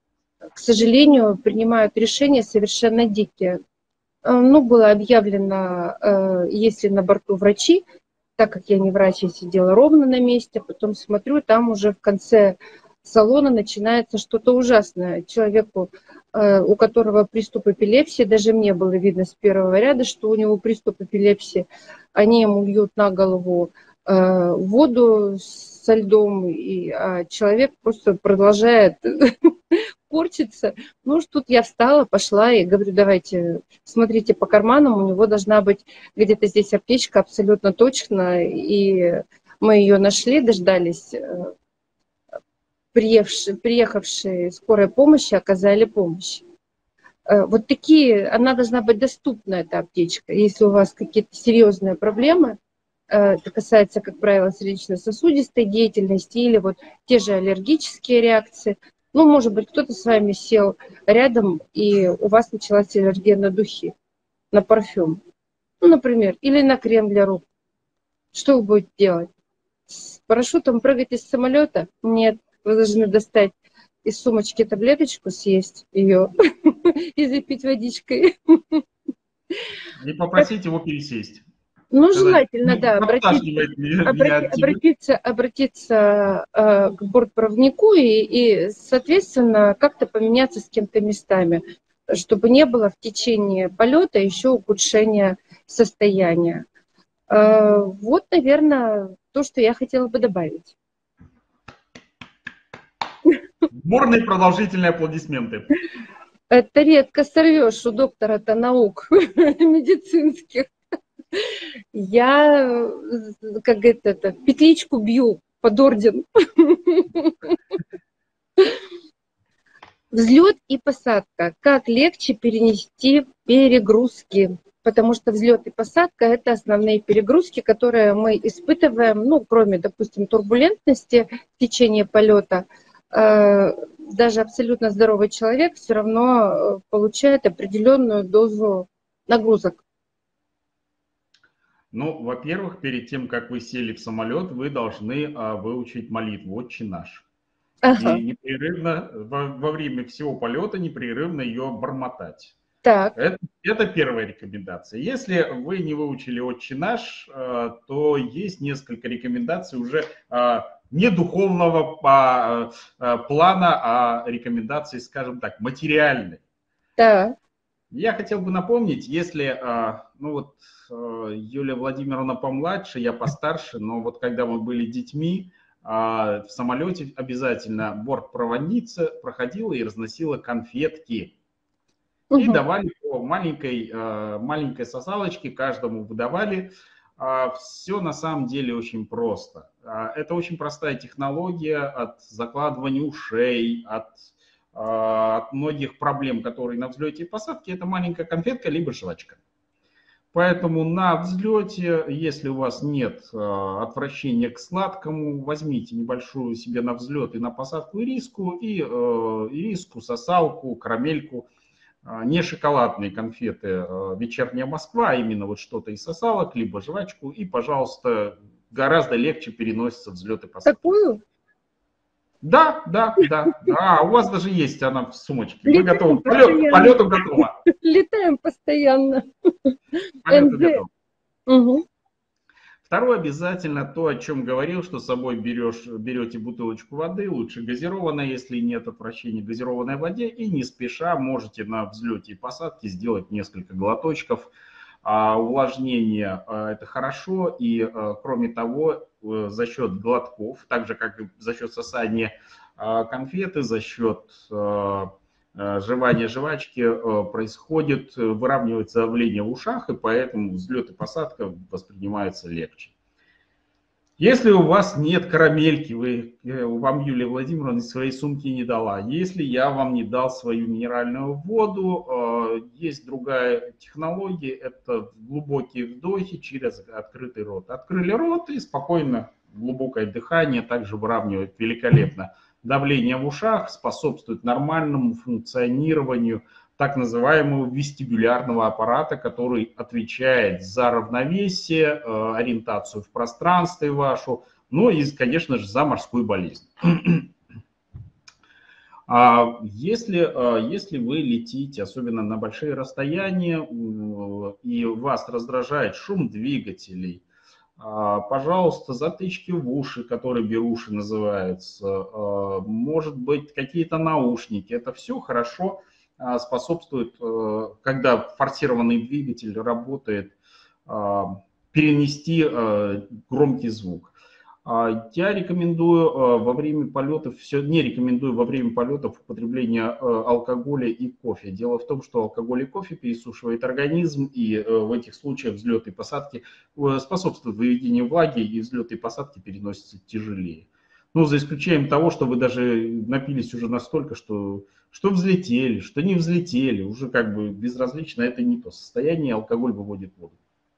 К сожалению, принимают решения совершенно дикие. Э, Ну, было объявлено, э, если на борту врачи, так как я не врач, я сидела ровно на месте, потом смотрю, там уже в конце салона начинается что-то ужасное. Человеку, э, у которого приступ эпилепсии, даже мне было видно с первого ряда, что у него приступ эпилепсии, они ему льют на голову э, воду со льдом, и, а человек просто продолжает корчится. Ну уж тут я встала, пошла и говорю, давайте, смотрите по карманам, у него должна быть где-то здесь аптечка абсолютно точно, и мы ее нашли, дождались, э, приехавшие, приехавшие скорой помощи оказали помощь. Э, Вот такие, она должна быть доступна, эта аптечка. Если у вас какие-то серьезные проблемы, э, это касается, как правило, сердечно-сосудистой деятельности или вот те же аллергические реакции. Ну, может быть, кто-то с вами сел рядом, и у вас началась аллергия на духи, на парфюм, ну, например, или на крем для рук. Что вы будете делать? С парашютом прыгать из самолета? Нет, вы должны достать из сумочки таблеточку, съесть ее и запить водичкой. И попросить его пересесть. Ну, Сказать, желательно, ну, да, обратиться, подташнивает меня, меня обрати, от тебя. обратиться, обратиться э, к бортпроводнику и, и, соответственно, как-то поменяться с кем-то местами, чтобы не было в течение полета еще ухудшения состояния. Э, вот, наверное, то, что я хотела бы добавить. Бурные продолжительные аплодисменты. Это редко сорвешь у доктора-то наук медицинских. Я, э, как это, это, петличку бью под орден. Взлет и посадка. Как легче перенести перегрузки? Потому что взлет и посадка – это основные перегрузки, которые мы испытываем, ну, кроме, допустим, турбулентности в течение полета. Э, Даже абсолютно здоровый человек все равно э, получает определенную дозу нагрузок. Ну, во-первых, перед тем, как вы сели в самолет, вы должны а, выучить молитву «Отче наш». Ага, И непрерывно, во, во время всего полета, непрерывно ее бормотать. так, Это, это первая рекомендация. Если вы не выучили «Отче наш», э, то есть несколько рекомендаций уже э, не духовного по, э, плана, а рекомендации, скажем так, материальной. так. Я хотел бы напомнить, если, э, ну вот, э, Юлия Владимировна помладше, я постарше, но вот когда мы были детьми, э, в самолете обязательно бортпроводница проходила и разносила конфетки. И Угу. давали по маленькой, э, маленькой сосалочке, каждому выдавали. Все на самом деле очень просто. А, Это очень простая технология от закладывания ушей, от, а, от многих проблем, которые на взлете и посадке. Это маленькая конфетка либо жвачка. Поэтому на взлете, если у вас нет э, отвращения к сладкому, возьмите небольшую себе на взлет и на посадку ириску, и э, ириску, сосалку, карамельку, э, не шоколадные конфеты э, «Вечерняя Москва», а именно вот что-то из сосалок, либо жвачку, и, пожалуйста, гораздо легче переносится взлет и посадка. Такую? Да, да, да, да, у вас даже есть она в сумочке. Вы Летаем готовы, полет, постоянно. полету готова. Летаем постоянно. Полету эн зэ. готов. Угу. Второе обязательно то, о чем говорил, что с собой берешь, берете бутылочку воды, лучше газированная, если нет отвращения к газированной воде, и не спеша можете на взлете и посадке сделать несколько глоточков. А увлажнение а, это хорошо, и а, кроме того, а, за счет глотков, так же как и за счет сосания а, конфеты, за счет а, жевания жвачки а, происходит, выравнивается давление в ушах, и поэтому взлет и посадка воспринимается легче. Если у вас нет карамельки, вы, вам Юлия Владимировна из своей сумки не дала, если я вам не дал свою минеральную воду, есть другая технология, это глубокие вдохи через открытый рот. Открыли рот и спокойно глубокое дыхание также выравнивает великолепно давление в ушах, способствует нормальному функционированию так называемого вестибулярного аппарата, который отвечает за равновесие, ориентацию в пространстве вашу, ну и, конечно же, за морскую болезнь. Если, если вы летите, особенно на большие расстояния, и вас раздражает шум двигателей, пожалуйста, затычки в уши, которые беруши называются, может быть, какие-то наушники, это все хорошо способствует, когда форсированный двигатель работает, перенести громкий звук. Я рекомендую во время полетов, все, не рекомендую во время полетов употребление алкоголя и кофе. Дело в том, что алкоголь и кофе пересушивает организм, и в этих случаях взлеты и посадки способствуют выведению влаги, и взлеты и посадки переносятся тяжелее. Ну, за исключением того, что вы даже напились уже настолько, что, что взлетели, что не взлетели, уже как бы безразлично, это не то состояние, алкоголь выводит воду.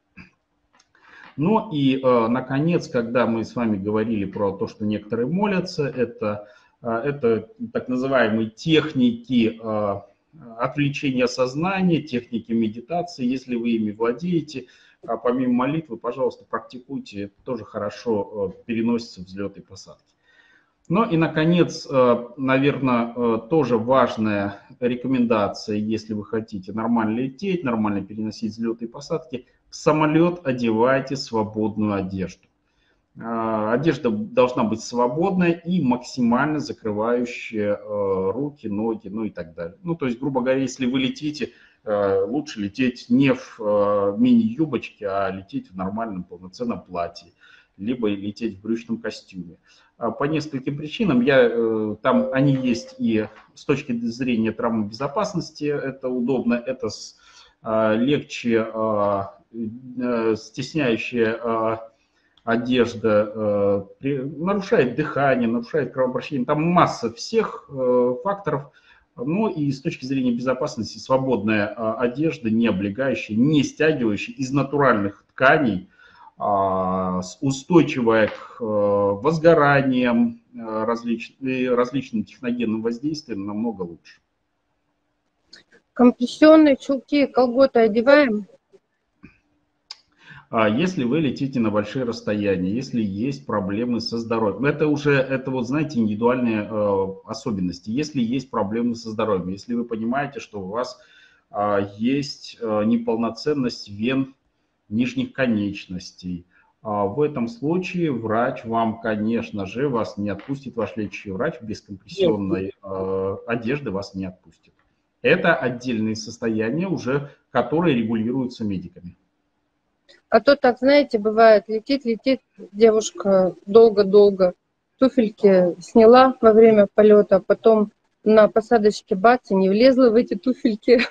Ну и, э, наконец, когда мы с вами говорили про то, что некоторые молятся, это, э, это так называемые техники э, отвлечения сознания, техники медитации. Если вы ими владеете, э, помимо молитвы, пожалуйста, практикуйте, это тоже хорошо э, переносится взлеты и посадки. Ну и, наконец, наверное, тоже важная рекомендация, если вы хотите нормально лететь, нормально переносить взлеты и посадки, в самолет одевайте свободную одежду. Одежда должна быть свободная и максимально закрывающая руки, ноги, ну и так далее. Ну, то есть, грубо говоря, если вы летите, лучше лететь не в мини-юбочке, а лететь в нормальном полноценном платье, либо лететь в брючном костюме. По нескольким причинам. Я, там они есть и с точки зрения травмобезопасности, это удобно, это с, легче стесняющая одежда, нарушает дыхание, нарушает кровообращение. Там масса всех факторов. Но и с точки зрения безопасности свободная одежда, не облегающая, не стягивающая, из натуральных тканей, устойчивая к возгораниям, различным, различным техногенным воздействиям, намного лучше. Компрессионные чулки, колготы одеваем? Если вы летите на большие расстояния, если есть проблемы со здоровьем, это уже, это вот, знаете, индивидуальные э, особенности. Если есть проблемы со здоровьем, если вы понимаете, что у вас э, есть э, неполноценность вен нижних конечностей, э, в этом случае врач вам, конечно же, вас не отпустит, ваш лечащий врач без компрессионной э, одежды вас не отпустит. Это отдельные состояния уже, которые регулируются медиками. А то так, знаете, бывает, летит, летит девушка долго-долго, туфельки сняла во время полета, а потом на посадочке бац, и не влезла в эти туфельки.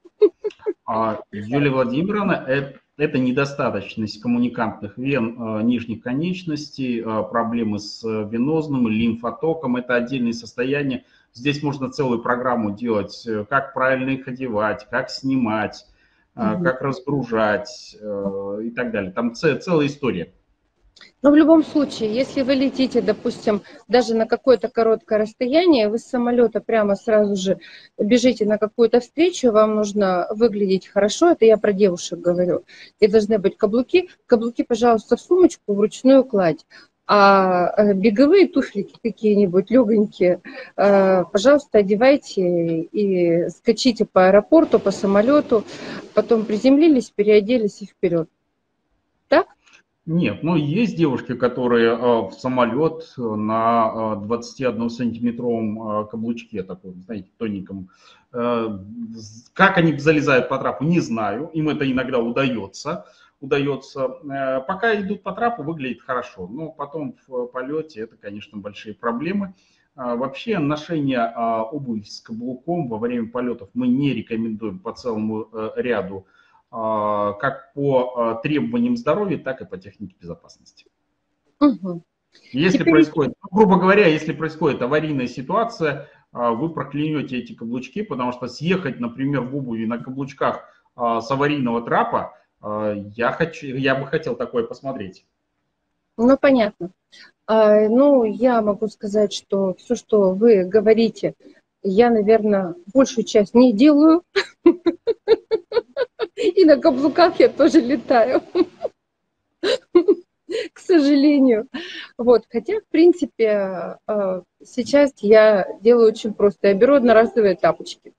Юлия Владимировна, это, это недостаточность коммуникантных вен э, нижних конечностей, э, проблемы с венозным лимфотоком, это отдельные состояния. Здесь можно целую программу делать, как правильно их одевать, как снимать. Мгм. как разгружать и так далее. Там целая история. Но в любом случае, если вы летите, допустим, даже на какое-то короткое расстояние, вы с самолета прямо сразу же бежите на какую-то встречу, вам нужно выглядеть хорошо, это я про девушек говорю, и должны быть каблуки. Каблуки, пожалуйста, в сумочку вручную кладь. А беговые туфлики какие-нибудь легонькие, пожалуйста, одевайте и скачите по аэропорту, по самолету, потом приземлились, переоделись и вперед. Так? Нет, ну есть девушки, которые в самолет на двадцатиодносантиметровом каблучке, таком, знаете, тоненьком. Как они залезают по трапу, не знаю. Им это иногда удается. удается. Пока идут по трапу, выглядит хорошо. Но потом в полете это, конечно, большие проблемы. Вообще ношение обуви с каблуком во время полетов мы не рекомендуем по целому ряду как по требованиям здоровья, так и по технике безопасности. Угу. Если Теперь... происходит, грубо говоря, если происходит аварийная ситуация, вы проклянете эти каблучки, потому что съехать, например, в обуви на каблучках с аварийного трапа, я, хочу, я бы хотел такое посмотреть. Ну, понятно. А, ну, я могу сказать, что все, что вы говорите, я, наверное, большую часть не делаю. И на каблуках я тоже летаю. К сожалению. Вот. Хотя, в принципе, сейчас я делаю очень просто. Я беру одноразовые тапочки.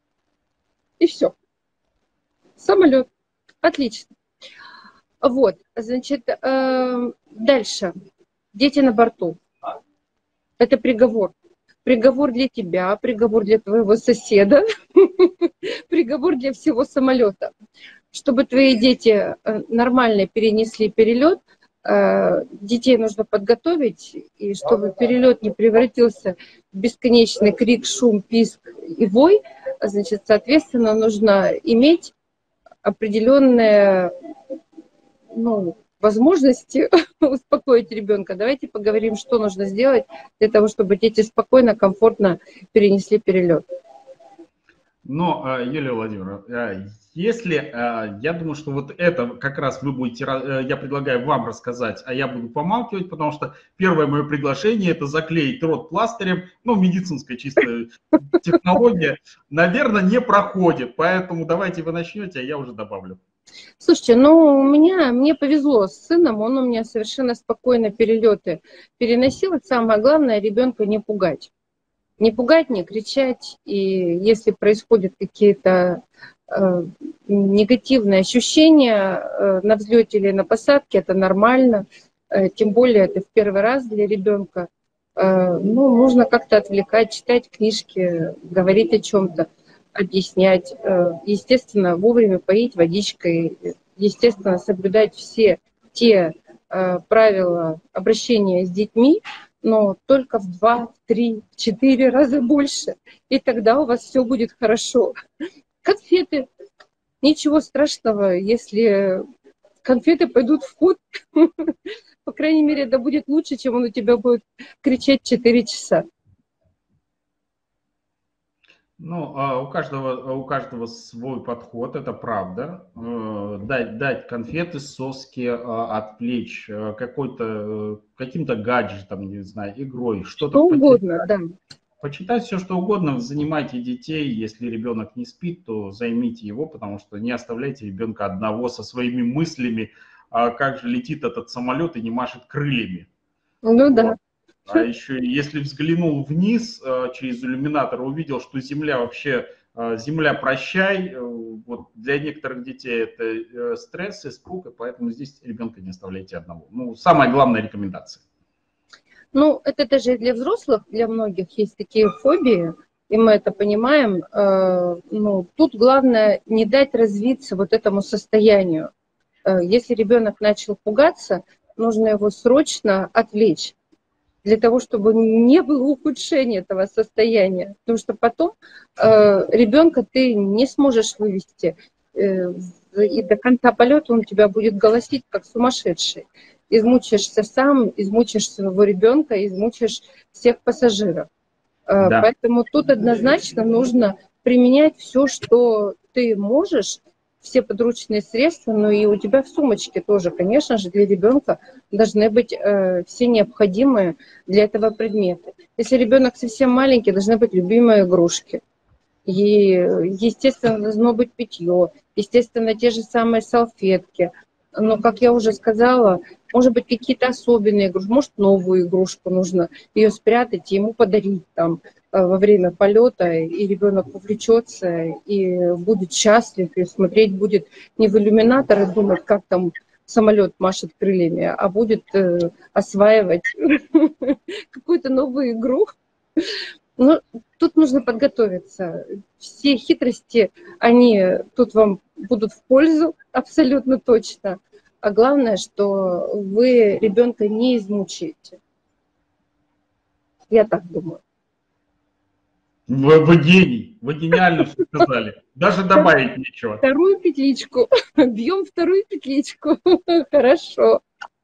И все. Самолет. Отлично. Вот. Значит, дальше. Дети на борту. Это приговор. Приговор для тебя, приговор для твоего соседа, приговор для всего самолета. Чтобы твои дети нормально перенесли перелет, детей нужно подготовить, и чтобы перелет не превратился в бесконечный крик, шум, писк и вой, значит, соответственно, нужно иметь определенные, ну, возможности успокоить ребенка. Давайте поговорим, что нужно сделать для того, чтобы дети спокойно, комфортно перенесли перелет. Но, Юлия Владимировна, если, я думаю, что вот это как раз вы будете, я предлагаю вам рассказать, а я буду помалкивать, потому что первое мое приглашение — это заклеить рот пластырем, ну, медицинская чистая технология, наверное, не проходит, поэтому давайте вы начнете, а я уже добавлю. Слушайте, ну, у меня, мне повезло с сыном, он у меня совершенно спокойно перелеты переносил, и самое главное, ребенка не пугать. Не пугать, не кричать, и если происходят какие-то э, негативные ощущения э, на взлете или на посадке, это нормально, э, тем более это в первый раз для ребенка. Э, ну, нужно как-то отвлекать, читать книжки, говорить о чем-то, объяснять. Э, естественно, вовремя поить водичкой, естественно, соблюдать все те э, правила обращения с детьми, но только в два, три, четыре раза больше. И тогда у вас все будет хорошо. Конфеты. Ничего страшного, если конфеты пойдут в ход. По крайней мере, это будет лучше, чем он у тебя будет кричать четыре часа. Ну, у каждого, у каждого свой подход, это правда. Дать, дать конфеты, соски, отвлечь какой-то, каким-то гаджетом, не знаю, игрой, что-то Что почитать. угодно, да. Почитать все, что угодно, занимайте детей. Если ребенок не спит, то займите его, потому что не оставляйте ребенка одного со своими мыслями, как же летит этот самолет и не машет крыльями. Ну вот. да. А еще, если взглянул вниз через иллюминатор, увидел, что Земля вообще, Земля прощай, вот для некоторых детей это стресс, испуг, и поэтому здесь ребенка не оставляйте одного. Ну, самая главная рекомендация. Ну, это даже для взрослых, для многих есть такие фобии, и мы это понимаем. Ну, тут главное не дать развиться вот этому состоянию. Если ребенок начал пугаться, нужно его срочно отвлечь, для того, чтобы не было ухудшения этого состояния. Потому что потом э, ребенка ты не сможешь вывести. Э, и до конца полета он тебя будет голосить, как сумасшедший. Измучаешься сам, измучаешь своего ребенка, измучаешь всех пассажиров. Э, Поэтому тут однозначно нужно применять все, что ты можешь, все подручные средства, но и у тебя в сумочке тоже, конечно же, для ребенка должны быть э, все необходимые для этого предметы. Если ребенок совсем маленький, должны быть любимые игрушки. И, естественно, должно быть питье, естественно, те же самые салфетки. Но, как я уже сказала, может быть, какие-то особенные игрушки, может, новую игрушку нужно ее спрятать и ему подарить там во время полета, и ребенок увлечется и будет счастлив, и смотреть будет не в иллюминатор и думать, как там самолет машет крыльями, а будет э, осваивать какую-то новую игру. Ну, тут нужно подготовиться. Все хитрости, они тут вам будут в пользу, абсолютно точно. А главное, что вы ребенка не измучаете. Я так думаю. Вы, вы гений, вы гениально все сказали. Даже добавить нечего. Вторую петличку. Бьем вторую петличку. Хорошо.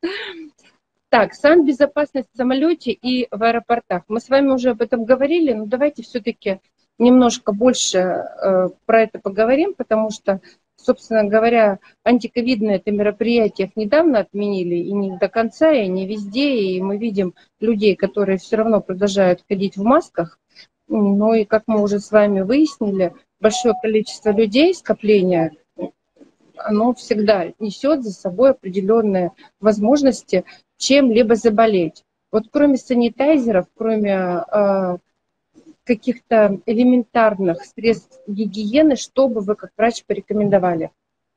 Так, санбезопасность в самолете и в аэропортах. Мы с вами уже об этом говорили, но давайте все-таки немножко больше э, про это поговорим, потому что, собственно говоря, антиковидное это мероприятие их недавно отменили, и не до конца, и не везде, и мы видим людей, которые все равно продолжают ходить в масках. Ну и, как мы уже с вами выяснили, большое количество людей, скопление, оно всегда несет за собой определенные возможности чем-либо заболеть. Вот кроме санитайзеров, кроме э, каких-то элементарных средств гигиены, что бы вы как врач порекомендовали?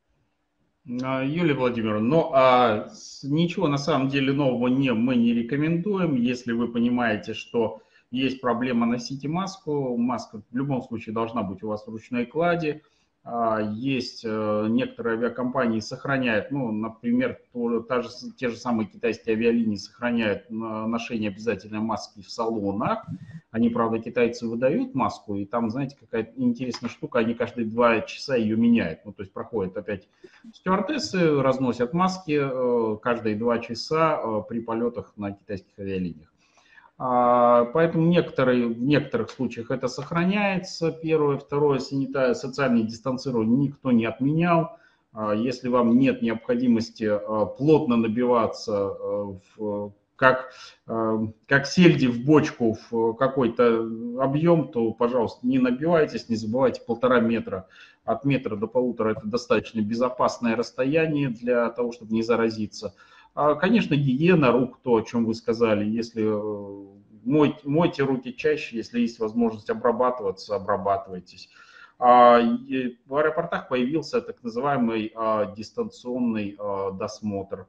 Юлия Владимировна, ну а ничего на самом деле нового не, мы не рекомендуем. Если вы понимаете, что есть проблема, носите маску. Маска в любом случае должна быть у вас в ручной клади. Есть некоторые авиакомпании сохраняют, ну, например, то, та же, те же самые китайские авиалинии сохраняют ношение обязательной маски в салонах. Они, правда, китайцы выдают маску, и там, знаете, какая-то интересная штука, они каждые два часа ее меняют. Ну, то есть проходят опять стюардессы, разносят маски каждые два часа при полетах на китайских авиалиниях. Поэтому некоторые, в некоторых случаях это сохраняется. Первое. Второе, санитарное, социальное дистанцирование никто не отменял. Если вам нет необходимости плотно набиваться, в, как, как сельди в бочку в какой-то объем, то, пожалуйста, не набивайтесь, не забывайте, полтора метра. От метра до полутора это достаточно безопасное расстояние для того, чтобы не заразиться. Конечно, гигиена рук, то, о чем вы сказали, если мойте, мойте руки чаще, если есть возможность обрабатываться, обрабатывайтесь. В аэропортах появился так называемый дистанционный досмотр.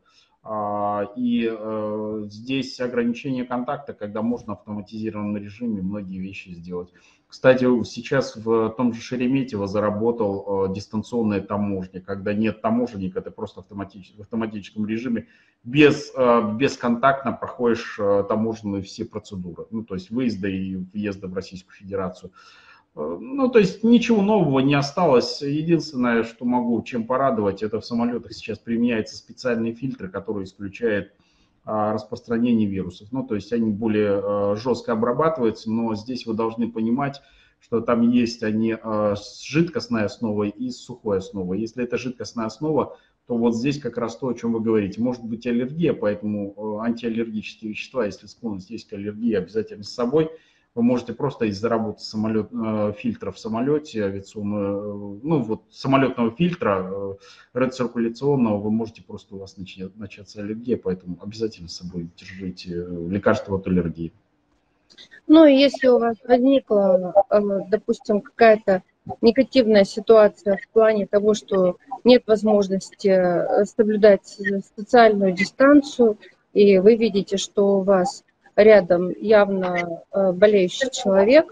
И здесь ограничение контакта, когда можно в автоматизированном режиме многие вещи сделать. Кстати, сейчас в том же Шереметьево заработал дистанционная таможня, когда нет таможенника, ты просто автоматически, в автоматическом режиме без, бесконтактно проходишь таможенные все процедуры, ну, то есть выезда и въезда в Российскую Федерацию. Ну, то есть ничего нового не осталось. Единственное, что могу чем порадовать, это в самолетах сейчас применяются специальные фильтры, которые исключают распространение вирусов. Ну, то есть они более жестко обрабатываются, но здесь вы должны понимать, что там есть они с жидкостной основой и с сухой основой. Если это жидкостная основа, то вот здесь как раз то, о чем вы говорите. Может быть аллергия, поэтому антиаллергические вещества, если склонность есть к аллергии, обязательно с собой. Вы можете просто из-за работы самолет, фильтра в самолете, авиационного, ну вот самолетного фильтра, рециркуляционного, вы можете просто, у вас начать, начаться аллергия, поэтому обязательно с собой держите лекарства от аллергии. Ну и если у вас возникла, допустим, какая-то негативная ситуация в плане того, что нет возможности соблюдать социальную дистанцию, и вы видите, что у вас рядом явно болеющий человек,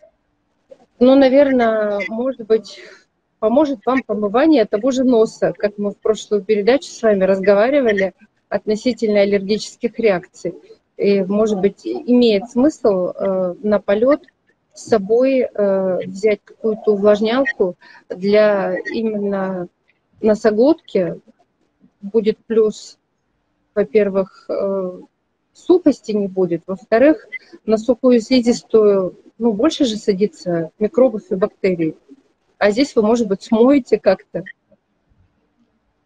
ну, наверное, может быть, поможет вам помывание того же носа, как мы в прошлую передачу с вами разговаривали относительно аллергических реакций. И, может быть, имеет смысл на полет с собой взять какую-то увлажнялку для именно носоглотки. Будет плюс, во-первых, сухости не будет, во-вторых, на сухую слизистую, ну, больше же садится микробов и бактерий. А здесь вы, может быть, смоете как-то.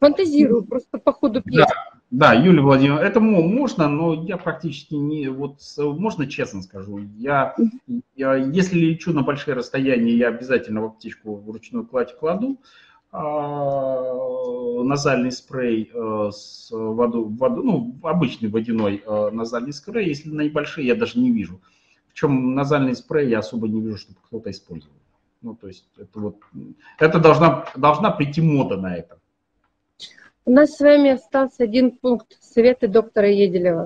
Фантазирую просто по ходу Да, пьесы. да, Юлия Владимировна, это мо- можно, но я практически не, вот с- можно честно скажу, я, я если лечу на большие расстояния, я обязательно в аптечку вручную кладь кладу а, назальный спрей э, с воду, воду, ну, обычный водяной э, назальный спрей, если на небольшие, я даже не вижу. Причем назальный спрей я особо не вижу, чтобы кто-то использовал. Ну, то есть это вот, это должна, должна прийти мода на это. У нас с вами остался один пункт советы доктора Еделева.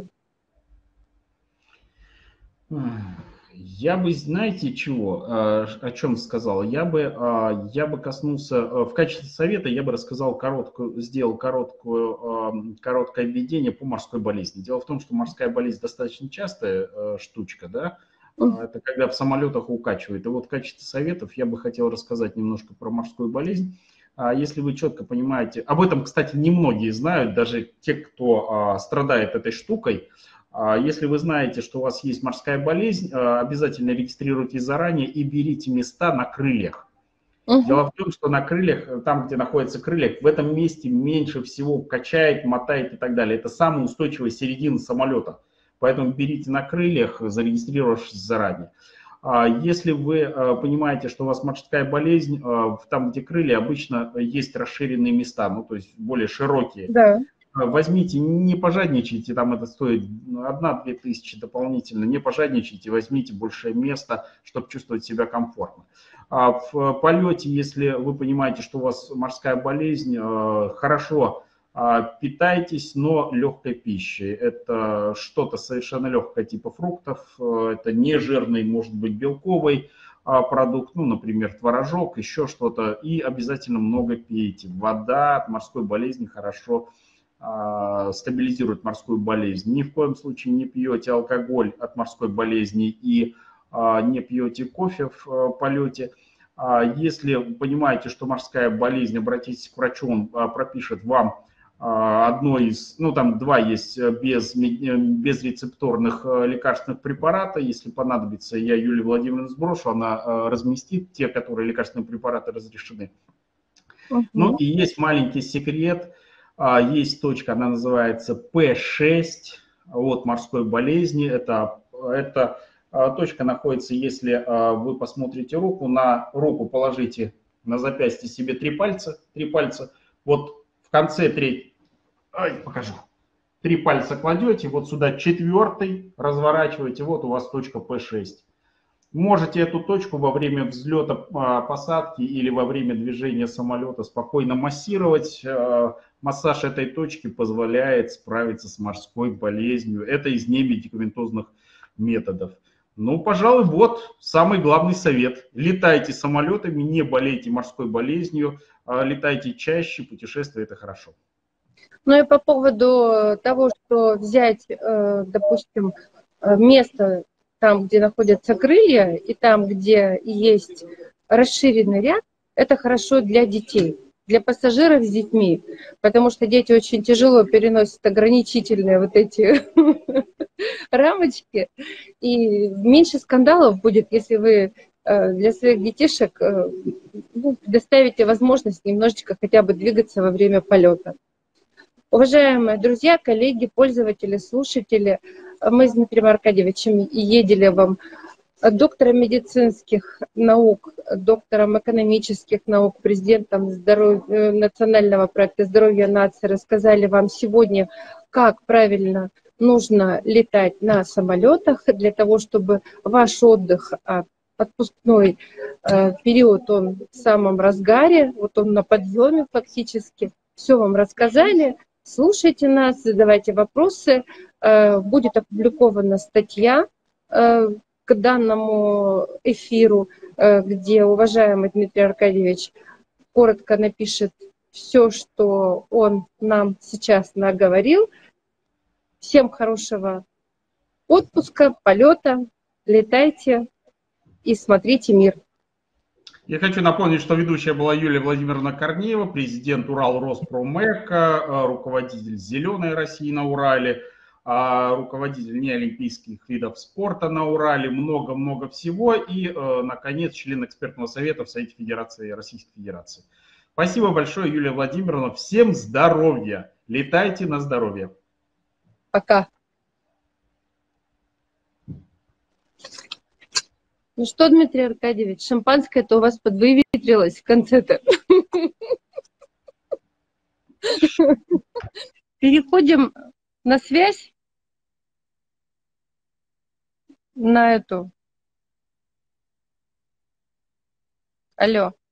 Я бы, знаете, чего, о чем сказал? Я бы, я бы коснулся, в качестве совета, я бы рассказал короткую, сделал короткую, короткое введение по морской болезни. Дело в том, что морская болезнь достаточно частая штучка, да, это когда в самолетах укачивает. И вот в качестве советов я бы хотел рассказать немножко про морскую болезнь. Если вы четко понимаете, об этом, кстати, немногие знают, даже те, кто страдает этой штукой. Если вы знаете, что у вас есть морская болезнь, обязательно регистрируйтесь заранее и берите места на крыльях. Угу. Дело в том, что на крыльях, там, где находятся крылья, в этом месте меньше всего качает, мотает и так далее. Это самая устойчивая середина самолета. Поэтому берите на крыльях, зарегистрировавшись заранее. Если вы понимаете, что у вас морская болезнь, там, где крылья, обычно есть расширенные места, ну, то есть более широкие. Да. Возьмите, не пожадничайте, там это стоит одна-две тысячи дополнительно, не пожадничайте, возьмите большее место, чтобы чувствовать себя комфортно. А в полете, если вы понимаете, что у вас морская болезнь, хорошо питайтесь, но легкой пищей. Это что-то совершенно легкое, типа фруктов, это не жирный, может быть, белковый продукт, ну, например, творожок, еще что-то. И обязательно много пейте. Вода от морской болезни хорошо стабилизирует морскую болезнь. Ни в коем случае не пьете алкоголь от морской болезни и не пьете кофе в полете. Если вы понимаете, что морская болезнь, обратитесь к врачу, он пропишет вам одно из, ну там два есть без, без рецепторных лекарственных препаратов. Если понадобится, я Юлии Владимировне сброшу, она разместит те, которые лекарственные препараты разрешены. Uh-huh. Ну и есть маленький секрет. Есть точка, она называется пэ шесть от морской болезни. Это, эта точка находится, если вы посмотрите руку, на руку положите на запястье себе три пальца, три пальца. Вот в конце треть, ай, покажу, три пальца кладете, вот сюда четвертый разворачиваете, вот у вас точка пэ шесть. Можете эту точку во время взлета, посадки или во время движения самолета спокойно массировать. Массаж этой точки позволяет справиться с морской болезнью. Это из немедикаментозных методов. Ну, пожалуй, вот самый главный совет. Летайте самолетами, не болейте морской болезнью, летайте чаще, путешествия – это хорошо. Ну и по поводу того, что взять, допустим, место там, где находятся крылья, и там, где есть расширенный ряд, это хорошо для детей, для пассажиров с детьми, потому что дети очень тяжело переносят ограничительные вот эти рамочки, и меньше скандалов будет, если вы для своих детишек ну, предоставите возможность немножечко хотя бы двигаться во время полета. Уважаемые друзья, коллеги, пользователи, слушатели, мы с Дмитрием Аркадьевичем Еделевым, доктором медицинских наук, доктором экономических наук, президентом здоровья, национального проекта «Здоровье нации» рассказали вам сегодня, как правильно нужно летать на самолетах для того, чтобы ваш отдых, отпускной период, он в самом разгаре, вот он на подъеме фактически, все вам рассказали. Слушайте нас, задавайте вопросы. Будет опубликована статья к данному эфиру, где уважаемый Дмитрий Аркадьевич коротко напишет все, что он нам сейчас наговорил. Всем хорошего отпуска, полета, летайте и смотрите мир. Я хочу напомнить, что ведущая была Юлия Владимировна Корнеева, президент Урал Роспромека, руководитель «Зеленой России» на Урале, руководитель неолимпийских видов спорта на Урале, много-много всего. И, наконец, член экспертного совета в Совете Федерации Российской Федерации. Спасибо большое, Юлия Владимировна. Всем здоровья. Летайте на здоровье. Пока. Ну что, Дмитрий Аркадьевич, шампанское-то у вас подвыветрилось в конце-то. Переходим на связь, на эту. Алло.